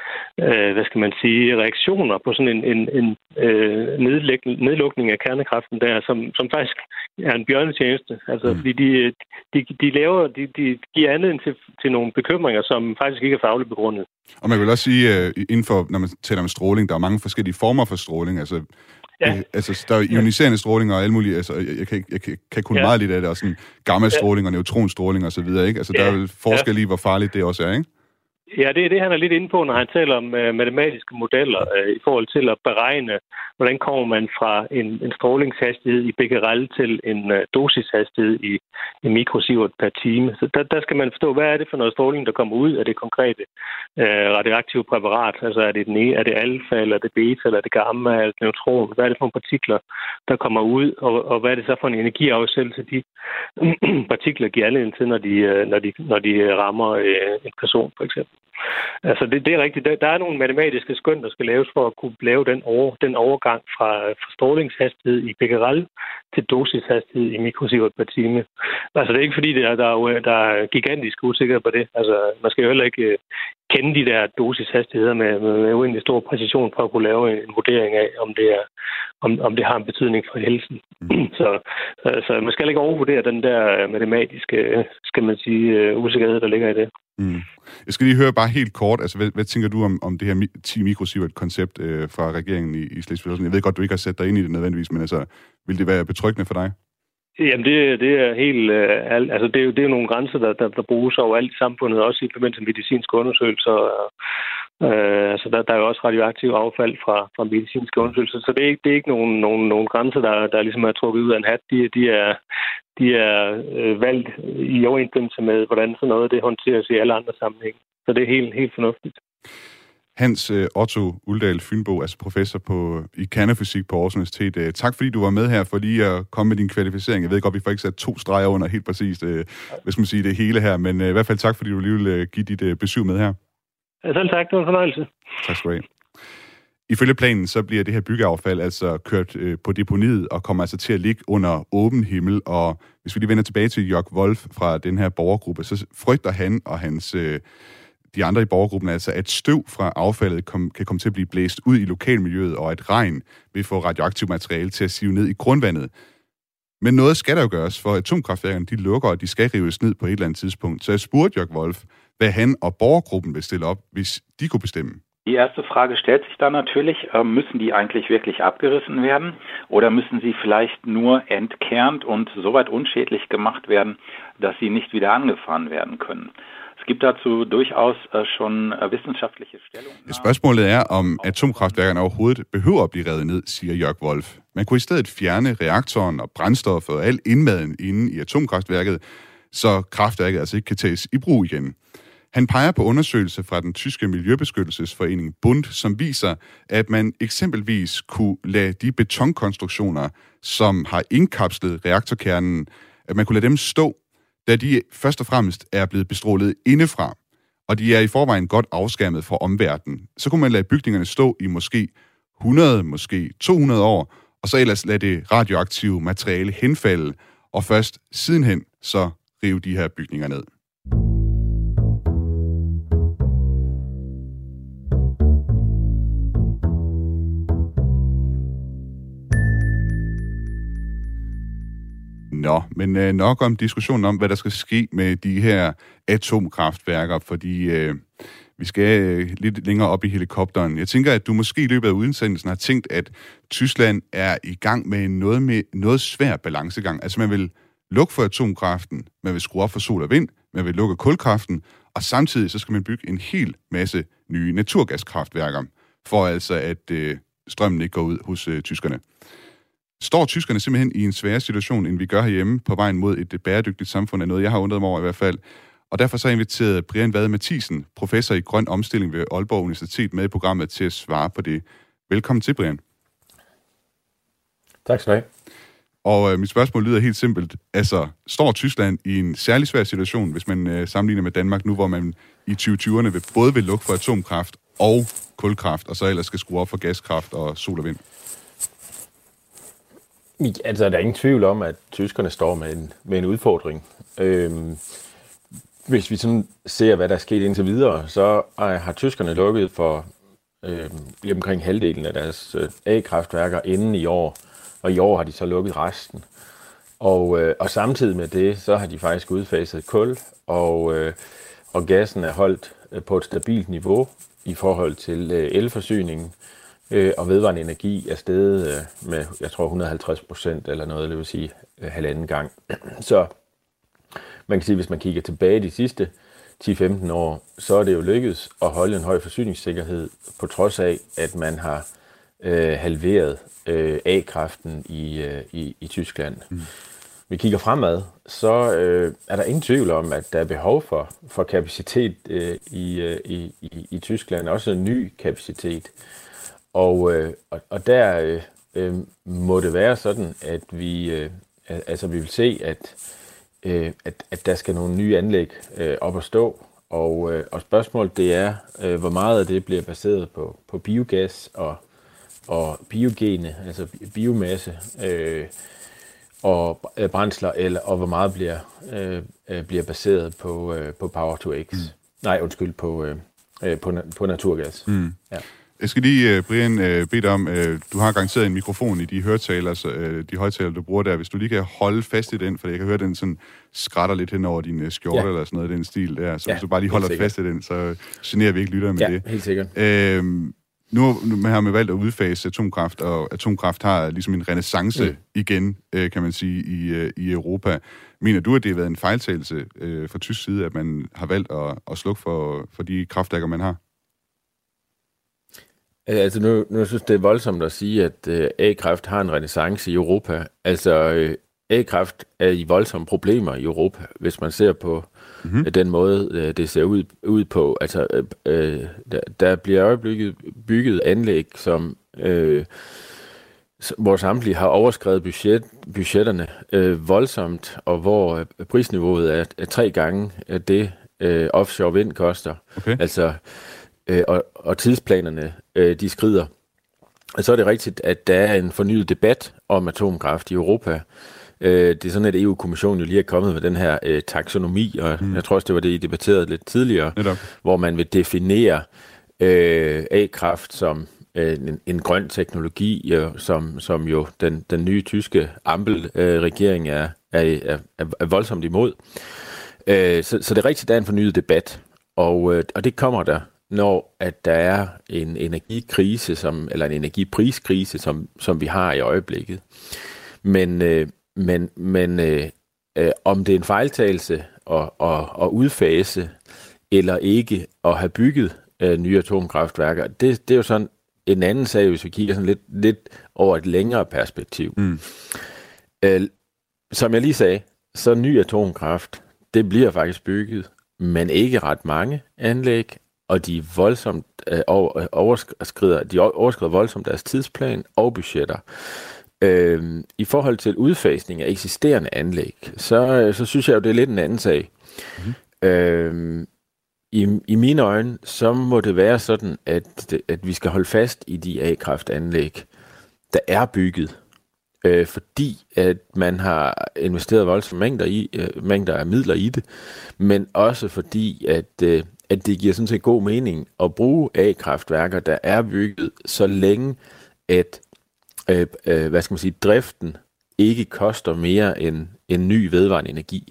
øh, hvad skal man sige, reaktioner på sådan en, en, en øh, nedlukning af kernekraften der, som, som faktisk er en bjørnetjeneste. Altså, mm. fordi de, de, de, laver, de, de giver anledning til, til nogle bekymringer, som faktisk ikke er fagligt begrundet. Og man vil også sige, uh, inden for, når man taler om stråling, der er mange forskellige former for stråling. Altså, ja. øh, altså der er ioniserende stråling og alt muligt. Altså, jeg kan, jeg kan, kan kunne ja. meget lidt af det, og sådan gamma-stråling og neutronstråling og så videre, ikke? Altså, der ja. er vel forskel ja. i, hvor farligt det også er, ikke? Ja, det er det, han er lidt inde på, når han taler om uh, matematiske modeller uh, i forhold til at beregne, hvordan kommer man fra en, en strålingshastighed i becquerel til en uh, dosishastighed i, i mikrosievert per time. Så der, der skal man forstå, hvad er det for noget stråling, der kommer ud af det konkrete uh, radioaktive præparat. Altså er det, den, er det alfa, eller er det beta, eller er det gamma, eller er det neutron? Hvad er det for nogle partikler, der kommer ud, og, og hvad er det så for en energiafsættelse, de partikler giver anledning til, når de, uh, når de, når de rammer uh, en person, for eksempel. Altså, det, det er rigtigt. Der, der er nogle matematiske skøn, der skal laves for at kunne lave den, over, den overgang fra, fra strålingshastighed i becquerel til dosishastighed i mikrosievert per time. Altså, det er ikke fordi, der, der, er, der er gigantisk usikkerhed på det. Altså, man skal jo heller ikke kende de der dosishastigheder med, med, med uendelig stor præcision for at kunne lave en vurdering af, om det, er, om, om det har en betydning for helsen. Mm. Så, så man skal ikke overvurdere den der matematiske, skal man sige, usikkerhed, der ligger i det. Mm. Jeg skal lige høre bare helt kort, altså hvad, hvad tænker du om, om det her ti mikrosievert-koncept øh, fra regeringen i, i Slesvig-Holsten? Jeg ved godt, du ikke har sat dig ind i det nødvendigvis, men altså, vil det være betryggende for dig? Jamen, det, det er helt... Øh, altså, det er, jo, det er jo nogle grænser, der, der, der bruges overalt i samfundet, også i forbindelse med medicinske undersøgelser. Øh, altså, der, der er jo også radioaktiv affald fra, fra medicinske undersøgelser, så det er ikke, det er ikke nogen, nogen, nogen grænser, der, der ligesom er trukket ud af en hat. De, de er, de er øh, valgt i overensstemmelse med, hvordan sådan noget det håndteres i alle andre sammenhænge. Så det er helt, helt fornuftigt. Hans Otto Uldal Fynbo, altså professor på, i kernefysik på Aarhus Universitet. Tak fordi du var med her, for lige at komme med din kvalificering. Jeg ved godt, vi får ikke sat to streger under helt præcist, hvis man siger det hele her, men i hvert fald tak, fordi du lige vil give dit besøg med her. Ja, selv tak. Det var en fornøjelse. Tak skal du have. Ifølge planen, så bliver det her byggeaffald altså kørt øh, på deponiet og kommer altså til at ligge under åben himmel. Og hvis vi lige vender tilbage til Jörg Wolf fra den her borgergruppe, så frygter han og hans, øh, de andre i borgergruppen altså, at støv fra affaldet kom, kan komme til at blive blæst ud i lokalmiljøet, og at regn vil få radioaktivt materiale til at sive ned i grundvandet. Men noget skal der jo gøres, for atomkraftværkerne de lukker, og de skal rives ned på et eller andet tidspunkt. Så jeg spurgte Jörg Wolf, hvad han og borgergruppen vil stille op, hvis de kunne bestemme. Die erste Frage stellt sich dann natürlich, äh, müssen die eigentlich wirklich abgerissen werden oder müssen sie vielleicht nur entkernt und soweit unschädlich gemacht werden, dass sie nicht wieder angefahren werden können? Es gibt dazu durchaus äh, schon äh, wissenschaftliche Stellungnahmen. Spørgsmålet er, om atomkraftværkerne overhovedet behøver at blive revet ned, siger Jörg Wolf. Man kunne i stedet fjerne reaktoren og brændstoffet og al indmaden inde i atomkraftværket, så kraftværket altså ikke kan tages i brug igen. Han peger på undersøgelser fra den tyske miljøbeskyttelsesforening Bund, som viser, at man eksempelvis kunne lade de betonkonstruktioner, som har indkapslet reaktorkernen, at man kunne lade dem stå, da de først og fremmest er blevet bestrålet indefra, og de er i forvejen godt afskærmet fra omverdenen. Så kunne man lade bygningerne stå i måske hundrede, måske to hundrede år, og så ellers lade det radioaktive materiale henfalde, og først sidenhen så rive de her bygninger ned. Nå, men øh, nok om diskussionen om, hvad der skal ske med de her atomkraftværker, fordi øh, vi skal øh, lidt længere op i helikopteren. Jeg tænker, at du måske i løbet af udsendelsen har tænkt, at Tyskland er i gang med en noget, med, noget svær balancegang. Altså man vil lukke for atomkraften, man vil skrue op for sol og vind, man vil lukke kulkraften, og samtidig så skal man bygge en hel masse nye naturgaskraftværker, for altså at øh, strømmen ikke går ud hos øh, tyskerne. Står tyskerne simpelthen i en sværere situation, end vi gør herhjemme, på vejen mod et bæredygtigt samfund, er noget, jeg har undret mig over i hvert fald. Og derfor så har jeg inviteret Brian Vade Mathisen, professor i grøn omstilling ved Aalborg Universitet, med i programmet til at svare på det. Velkommen til, Brian. Tak skal du have. Og øh, mit spørgsmål lyder helt simpelt. Altså, står Tyskland i en særlig svær situation, hvis man øh, sammenligner med Danmark nu, hvor man i tyve tyverne vil, både vil lukke for atomkraft og kulkraft, og så ellers skal skrue op for gaskraft og sol og vind? Altså, der er ingen tvivl om, at tyskerne står med en, med en udfordring. Øhm, hvis vi sådan ser, hvad der er sket indtil videre, så har tyskerne lukket for øhm, omkring halvdelen af deres øh, A-kraftværker inden i år, og i år har de så lukket resten. Og, øh, og samtidig med det, så har de faktisk udfaset kul, og, øh, og gassen er holdt øh, på et stabilt niveau i forhold til øh, elforsyningen. Øh, og vedvarende energi er steget øh, med, jeg tror, et hundrede og halvtreds procent eller noget, det vil sige øh, halvanden gang. Så man kan sige, hvis man kigger tilbage de sidste ti til femten år, så er det jo lykkedes at holde en høj forsyningssikkerhed, på trods af, at man har øh, halveret øh, A-kraften i, øh, i, i Tyskland. Mm. Vi kigger fremad, så øh, er der ingen tvivl om, at der er behov for, for kapacitet øh, i, øh, i, i, i Tyskland, også en ny kapacitet. Og, øh, og, og der øh, øh, må det være sådan, at vi, øh, altså vi vil se, at, øh, at, at der skal nogle nye anlæg øh, op at stå. Og, øh, og spørgsmålet det er, øh, hvor meget af det bliver baseret på, på biogas og, og biogene, altså biomasse øh, og øh, brændsler, eller, og hvor meget bliver, øh, bliver baseret på, øh, på Power to X. Mm. Nej, undskyld, på, øh, på, på naturgas. Mm. Ja. Jeg skal lige, Brian, bede dig om, du har garanteret en mikrofon i de højtaler, de højtaler, du bruger der. Hvis du lige kan holde fast i den, for jeg kan høre, den sådan skrætter lidt hen over din skjorte, ja. Eller sådan noget, den stil der. Så ja, hvis du bare lige holder fast i den, så generer vi ikke lyttere med ja, det. Ja, helt sikkert. Øhm, nu, nu har man valgt at udfase atomkraft, og atomkraft har ligesom en renæssance mm. igen, kan man sige, i, i Europa. Mener du, at det har været en fejltagelse øh, fra tysk side, at man har valgt at, at slukke for, for de kraftværker, man har? Altså nu, nu synes jeg, det er voldsomt at sige, at øh, A-kraft har en renæssance i Europa. Altså øh, A-kraft er i voldsomme problemer i Europa, hvis man ser på mm-hmm. øh, den måde, øh, det ser ud, ud på. Altså øh, der, der bliver øjeblikket bygget anlæg, som øh, hvor samtlige har overskredet budget, budgetterne øh, voldsomt, og hvor øh, prisniveauet er, er tre gange af det, øh, offshore vind koster. Okay. Altså Øh, og, og tidsplanerne, øh, de skrider. Og så er det rigtigt, at der er en fornyet debat om atomkraft i Europa. Øh, det er sådan, at E U-kommissionen jo lige er kommet med den her øh, taksonomi, og mm. jeg tror også, det var det, I debatterede lidt tidligere, Netop. Hvor man vil definere øh, A-kraft som øh, en, en grøn teknologi, øh, som, som jo den, den nye tyske Ampel-regering er, er, er, er voldsomt imod. Øh, så, så det er rigtigt, at der er en fornyet debat, og, øh, og det kommer der, når at der er en energikrise, som, eller en energipriskrise, som, som vi har i øjeblikket. Men, øh, men, men øh, øh, om det er en fejltagelse at, at, at udfase, eller ikke at have bygget øh, nye atomkraftværker, det, det er jo sådan en anden sag, hvis vi kigger sådan lidt, lidt over et længere perspektiv. Mm. Øh, som jeg lige sagde, så ny atomkraft, det bliver faktisk bygget, men ikke ret mange anlæg, og de voldsomt øh, overskrider, de overskrider voldsomt deres tidsplan og budgetter. Øh, I forhold til udfasning af eksisterende anlæg, så, så synes jeg jo, det er lidt en anden sag. Mm-hmm. Øh, i, I mine øjne, så må det være sådan, at, at vi skal holde fast i de A-kraftanlæg, der er bygget, øh, fordi at man har investeret voldsomme mængder, i, øh, mængder af midler i det, men også fordi, at øh, at det giver sådan set god mening at bruge A-kraftværker, der er bygget, så længe at øh, øh, hvad skal man sige, driften ikke koster mere end en ny vedvarende energi.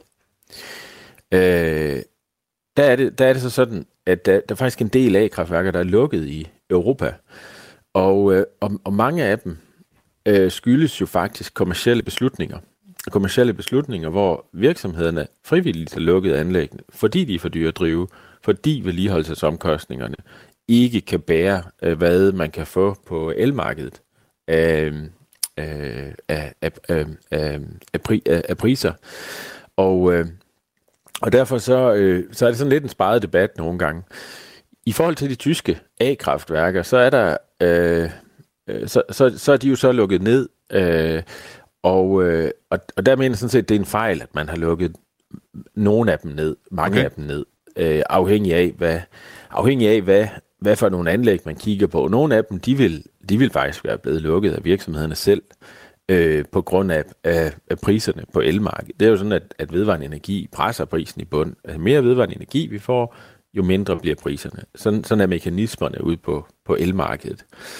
Øh, der, er det, der er det så sådan, at der, der er faktisk en del A-kraftværker, der er lukket i Europa. Og, øh, og, og mange af dem øh, skyldes jo faktisk kommercielle beslutninger. Kommercielle beslutninger, hvor virksomhederne frivilligt har lukket anlæggene, fordi de er for dyre at drive, fordi vedligeholdelsesomkostningerne ikke kan bære, øh, hvad man kan få på elmarkedet af, øh, af, af, af, af, af, pri, af, af priser. Og, øh, og derfor så, øh, så er det sådan lidt en sparet debat nogle gange. I forhold til de tyske A-kraftværker, så er der øh, så, så, så er de jo så lukket ned, øh, og, øh, og, og der mener jeg sådan set, at det er en fejl, at man har lukket nogle af dem ned, mange okay. af dem ned, øh, afhængig af, hvad, afhængig af hvad, hvad for nogle anlæg man kigger på. Nogle af dem, de vil, de vil faktisk være blevet lukket af virksomhederne selv, øh, på grund af, af, af priserne på elmarkedet. Det er jo sådan, at, at vedvarende energi presser prisen i bund. Altså mere vedvarende energi vi får, jo mindre bliver priserne. Sådan, sådan er mekanismerne ude på, på elmarkedet.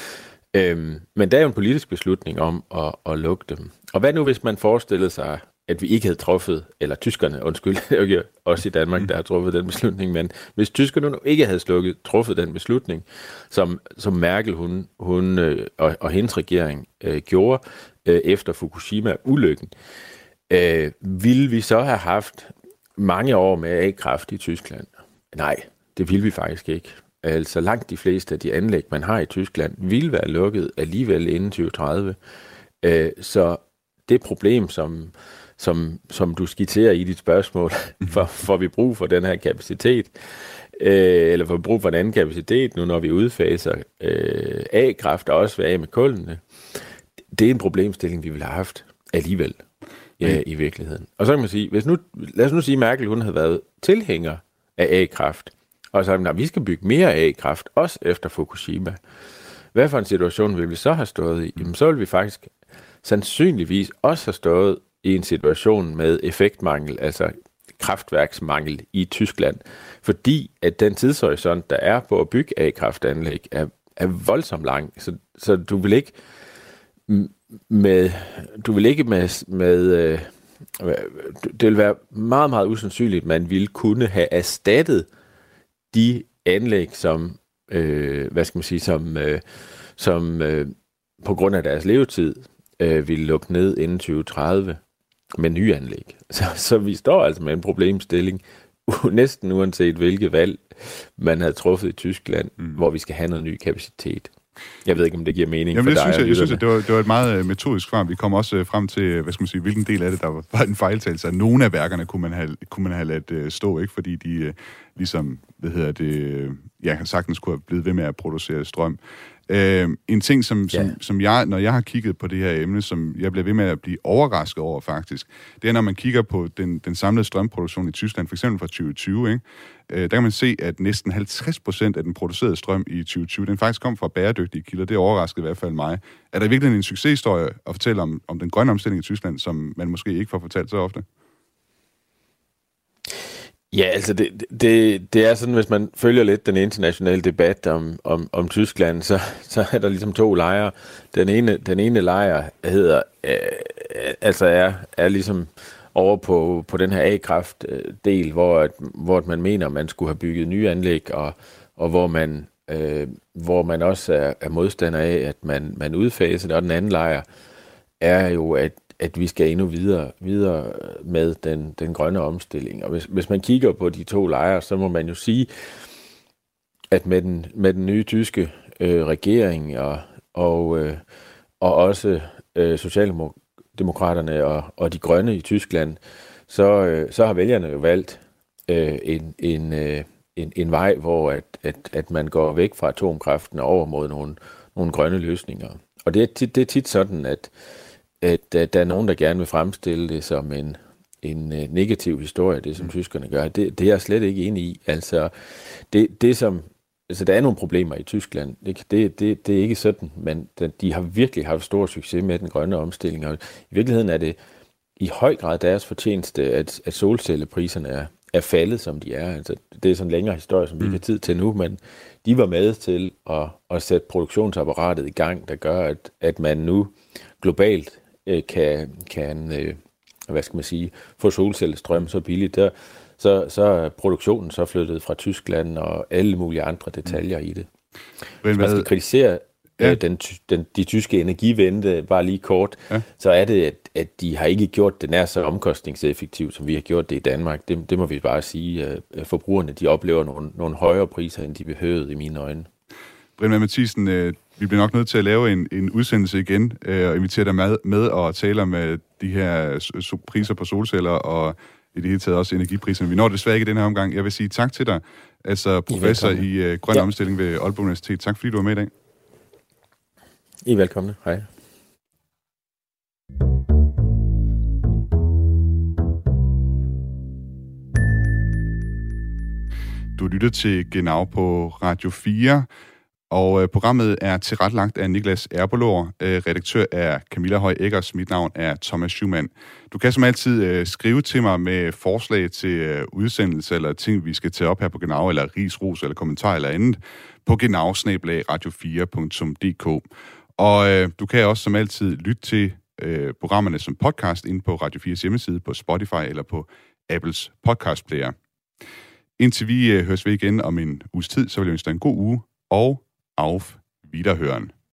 Øhm, men der er jo en politisk beslutning om at, at lukke dem. Og hvad nu, hvis man forestillede sig, at vi ikke havde truffet, eller tyskerne, undskyld, det er jo ikke os i Danmark, der har truffet den beslutning, men hvis tyskerne nu ikke havde slukket, truffet den beslutning, som, som Merkel hun, hun, øh, og, og hendes regering øh, gjorde øh, efter Fukushima-ulykken, øh, ville vi så have haft mange år med A-kraft i Tyskland? Nej, det ville vi faktisk ikke. Altså langt de fleste af de anlæg, man har i Tyskland, vil være lukket alligevel inden tyve tredive. Øh, så det problem, som, som, som du skitserer i dit spørgsmål, for, får vi brug for den her kapacitet, øh, eller får vi brug for en anden kapacitet, nu når vi udfaser øh, A-kraft og også vil af med kullene, det er en problemstilling, vi ville have haft alligevel ja, i virkeligheden. Og så kan man sige, hvis nu, lad os nu sige, at Merkel hun havde været tilhænger af A-kraft, og så at vi skal bygge mere A-kraft, også efter Fukushima. Hvad for en situation vil vi så have stået i? Jamen, så vil vi faktisk sandsynligvis også have stået i en situation med effektmangel, altså kraftværksmangel i Tyskland, fordi at den tidshorisont, der er på at bygge A-kraftanlæg, er, er voldsomt lang. Så, så du vil ikke med, du vil ikke med, med øh, det vil være meget, meget usandsynligt, at man ville kunne have erstattet de anlæg, som, øh, hvad skal man sige, som, øh, som øh, på grund af deres levetid øh, ville lukke ned inden tyve tredive med nye anlæg. Så, så vi står altså med en problemstilling, næsten uanset hvilket valg man havde truffet i Tyskland, mm. hvor vi skal have noget ny kapacitet. Jeg ved ikke, om det giver mening. Jamen, for det dig. Synes jeg, jeg synes, at det var, det var et meget metodisk svar. Vi kom også frem til, hvad skal man sige, hvilken del af det, der var en fejltagelse. Nogle af værkerne kunne man have, kunne man have ladt stå, ikke? Fordi de ligesom, hvad hedder det, ja, sagtens kunne have blevet ved med at producere strøm. Uh, en ting, som, som, ja. som jeg, når jeg har kigget på det her emne, som jeg bliver ved med at blive overrasket over faktisk, det er, når man kigger på den, den samlede strømproduktion i Tyskland, for eksempel fra tyve tyve, ikke? Uh, der kan man se, at næsten halvtreds procent af den producerede strøm i tyve tyve, den faktisk kom fra bæredygtige kilder. Det overraskede i hvert fald mig. Er der virkelig en succeshistorie at fortælle om, om den grønne omstilling i Tyskland, som man måske ikke får fortalt så ofte? Ja, altså det, det, det er sådan, hvis man følger lidt den internationale debat om, om, om Tyskland, så, så er der ligesom to lejre. Den ene, den ene lejr hedder, øh, altså er, er ligesom over på, på den her A-kraft-del, hvor, hvor man mener, man skulle have bygget nye anlæg, og, og hvor, man, øh, hvor man også er, er modstander af, at man, man udfaser det. Og den anden lejr er jo, at at vi skal endnu videre, videre med den, den grønne omstilling. Og hvis, hvis man kigger på de to lejre, så må man jo sige, at med den, med den nye tyske øh, regering og, og, øh, og også øh, Socialdemokraterne og, og de grønne i Tyskland, så, øh, så har vælgerne jo valgt øh, en, en, øh, en, en vej, hvor at, at, at man går væk fra atomkraften og over mod nogle, nogle grønne løsninger. Og det er tit, det er tit sådan, at at der er nogen, der gerne vil fremstille det som en, en negativ historie, det som tyskerne gør. Det, det er jeg slet ikke enig i. Altså, det, det som, altså, der er nogle problemer i Tyskland. Det, det, det, det er ikke sådan, men de har virkelig haft stor succes med den grønne omstilling. Og i virkeligheden er det i høj grad deres fortjeneste, at, at solcellepriserne er, er faldet, som de er. Altså, det er sådan en længere historie, som vi ikke har tid til nu, men de var med til at, at sætte produktionsapparatet i gang, der gør, at, at man nu globalt øh, kan, kan øh, hvad skal man sige, få solcellestrøm så billigt, der, så, så er produktionen så flyttet fra Tyskland og alle mulige andre detaljer i det. Hvis man skal kritisere ja. øh, den, den, de tyske energivente bare lige kort, ja. så er det, at, at de har ikke gjort det nær så omkostningseffektivt, som vi har gjort det i Danmark. Det, det må vi bare sige. Øh, forbrugerne de oplever nogle, nogle højere priser, end de behøvede i mine øjne. Brian Mathisen, øh, vi bliver nok nødt til at lave en, en udsendelse igen øh, og invitere dig med, med og tale om øh, de her so, priser på solceller og i det hele taget også energipriserne. Vi når desværre ikke i den her omgang. Jeg vil sige tak til dig, altså professor I, i uh, grøn ja. omstilling ved Aalborg Universitet. Tak fordi du var med i dag. I er velkomne. Hej. Du lytter til Genau på Radio fire, og øh, programmet er tilrettelagt af Niklas Erbolor. Øh, redaktør er Camilla Høj Eggers. Mit navn er Thomas Schumann. Du kan som altid øh, skrive til mig med forslag til øh, udsendelse eller ting, vi skal tage op her på Genau, eller rigsros eller kommentar eller andet, på genau bindestreg radio fire punktum d k. Og øh, du kan også som altid lytte til øh, programmerne som podcast inde på Radio fires hjemmeside, på Spotify eller på Apples podcastplayer. Indtil vi øh, høres ved igen om en uges tid, så vil jeg ønske dig en god uge, og auf Wiederhören.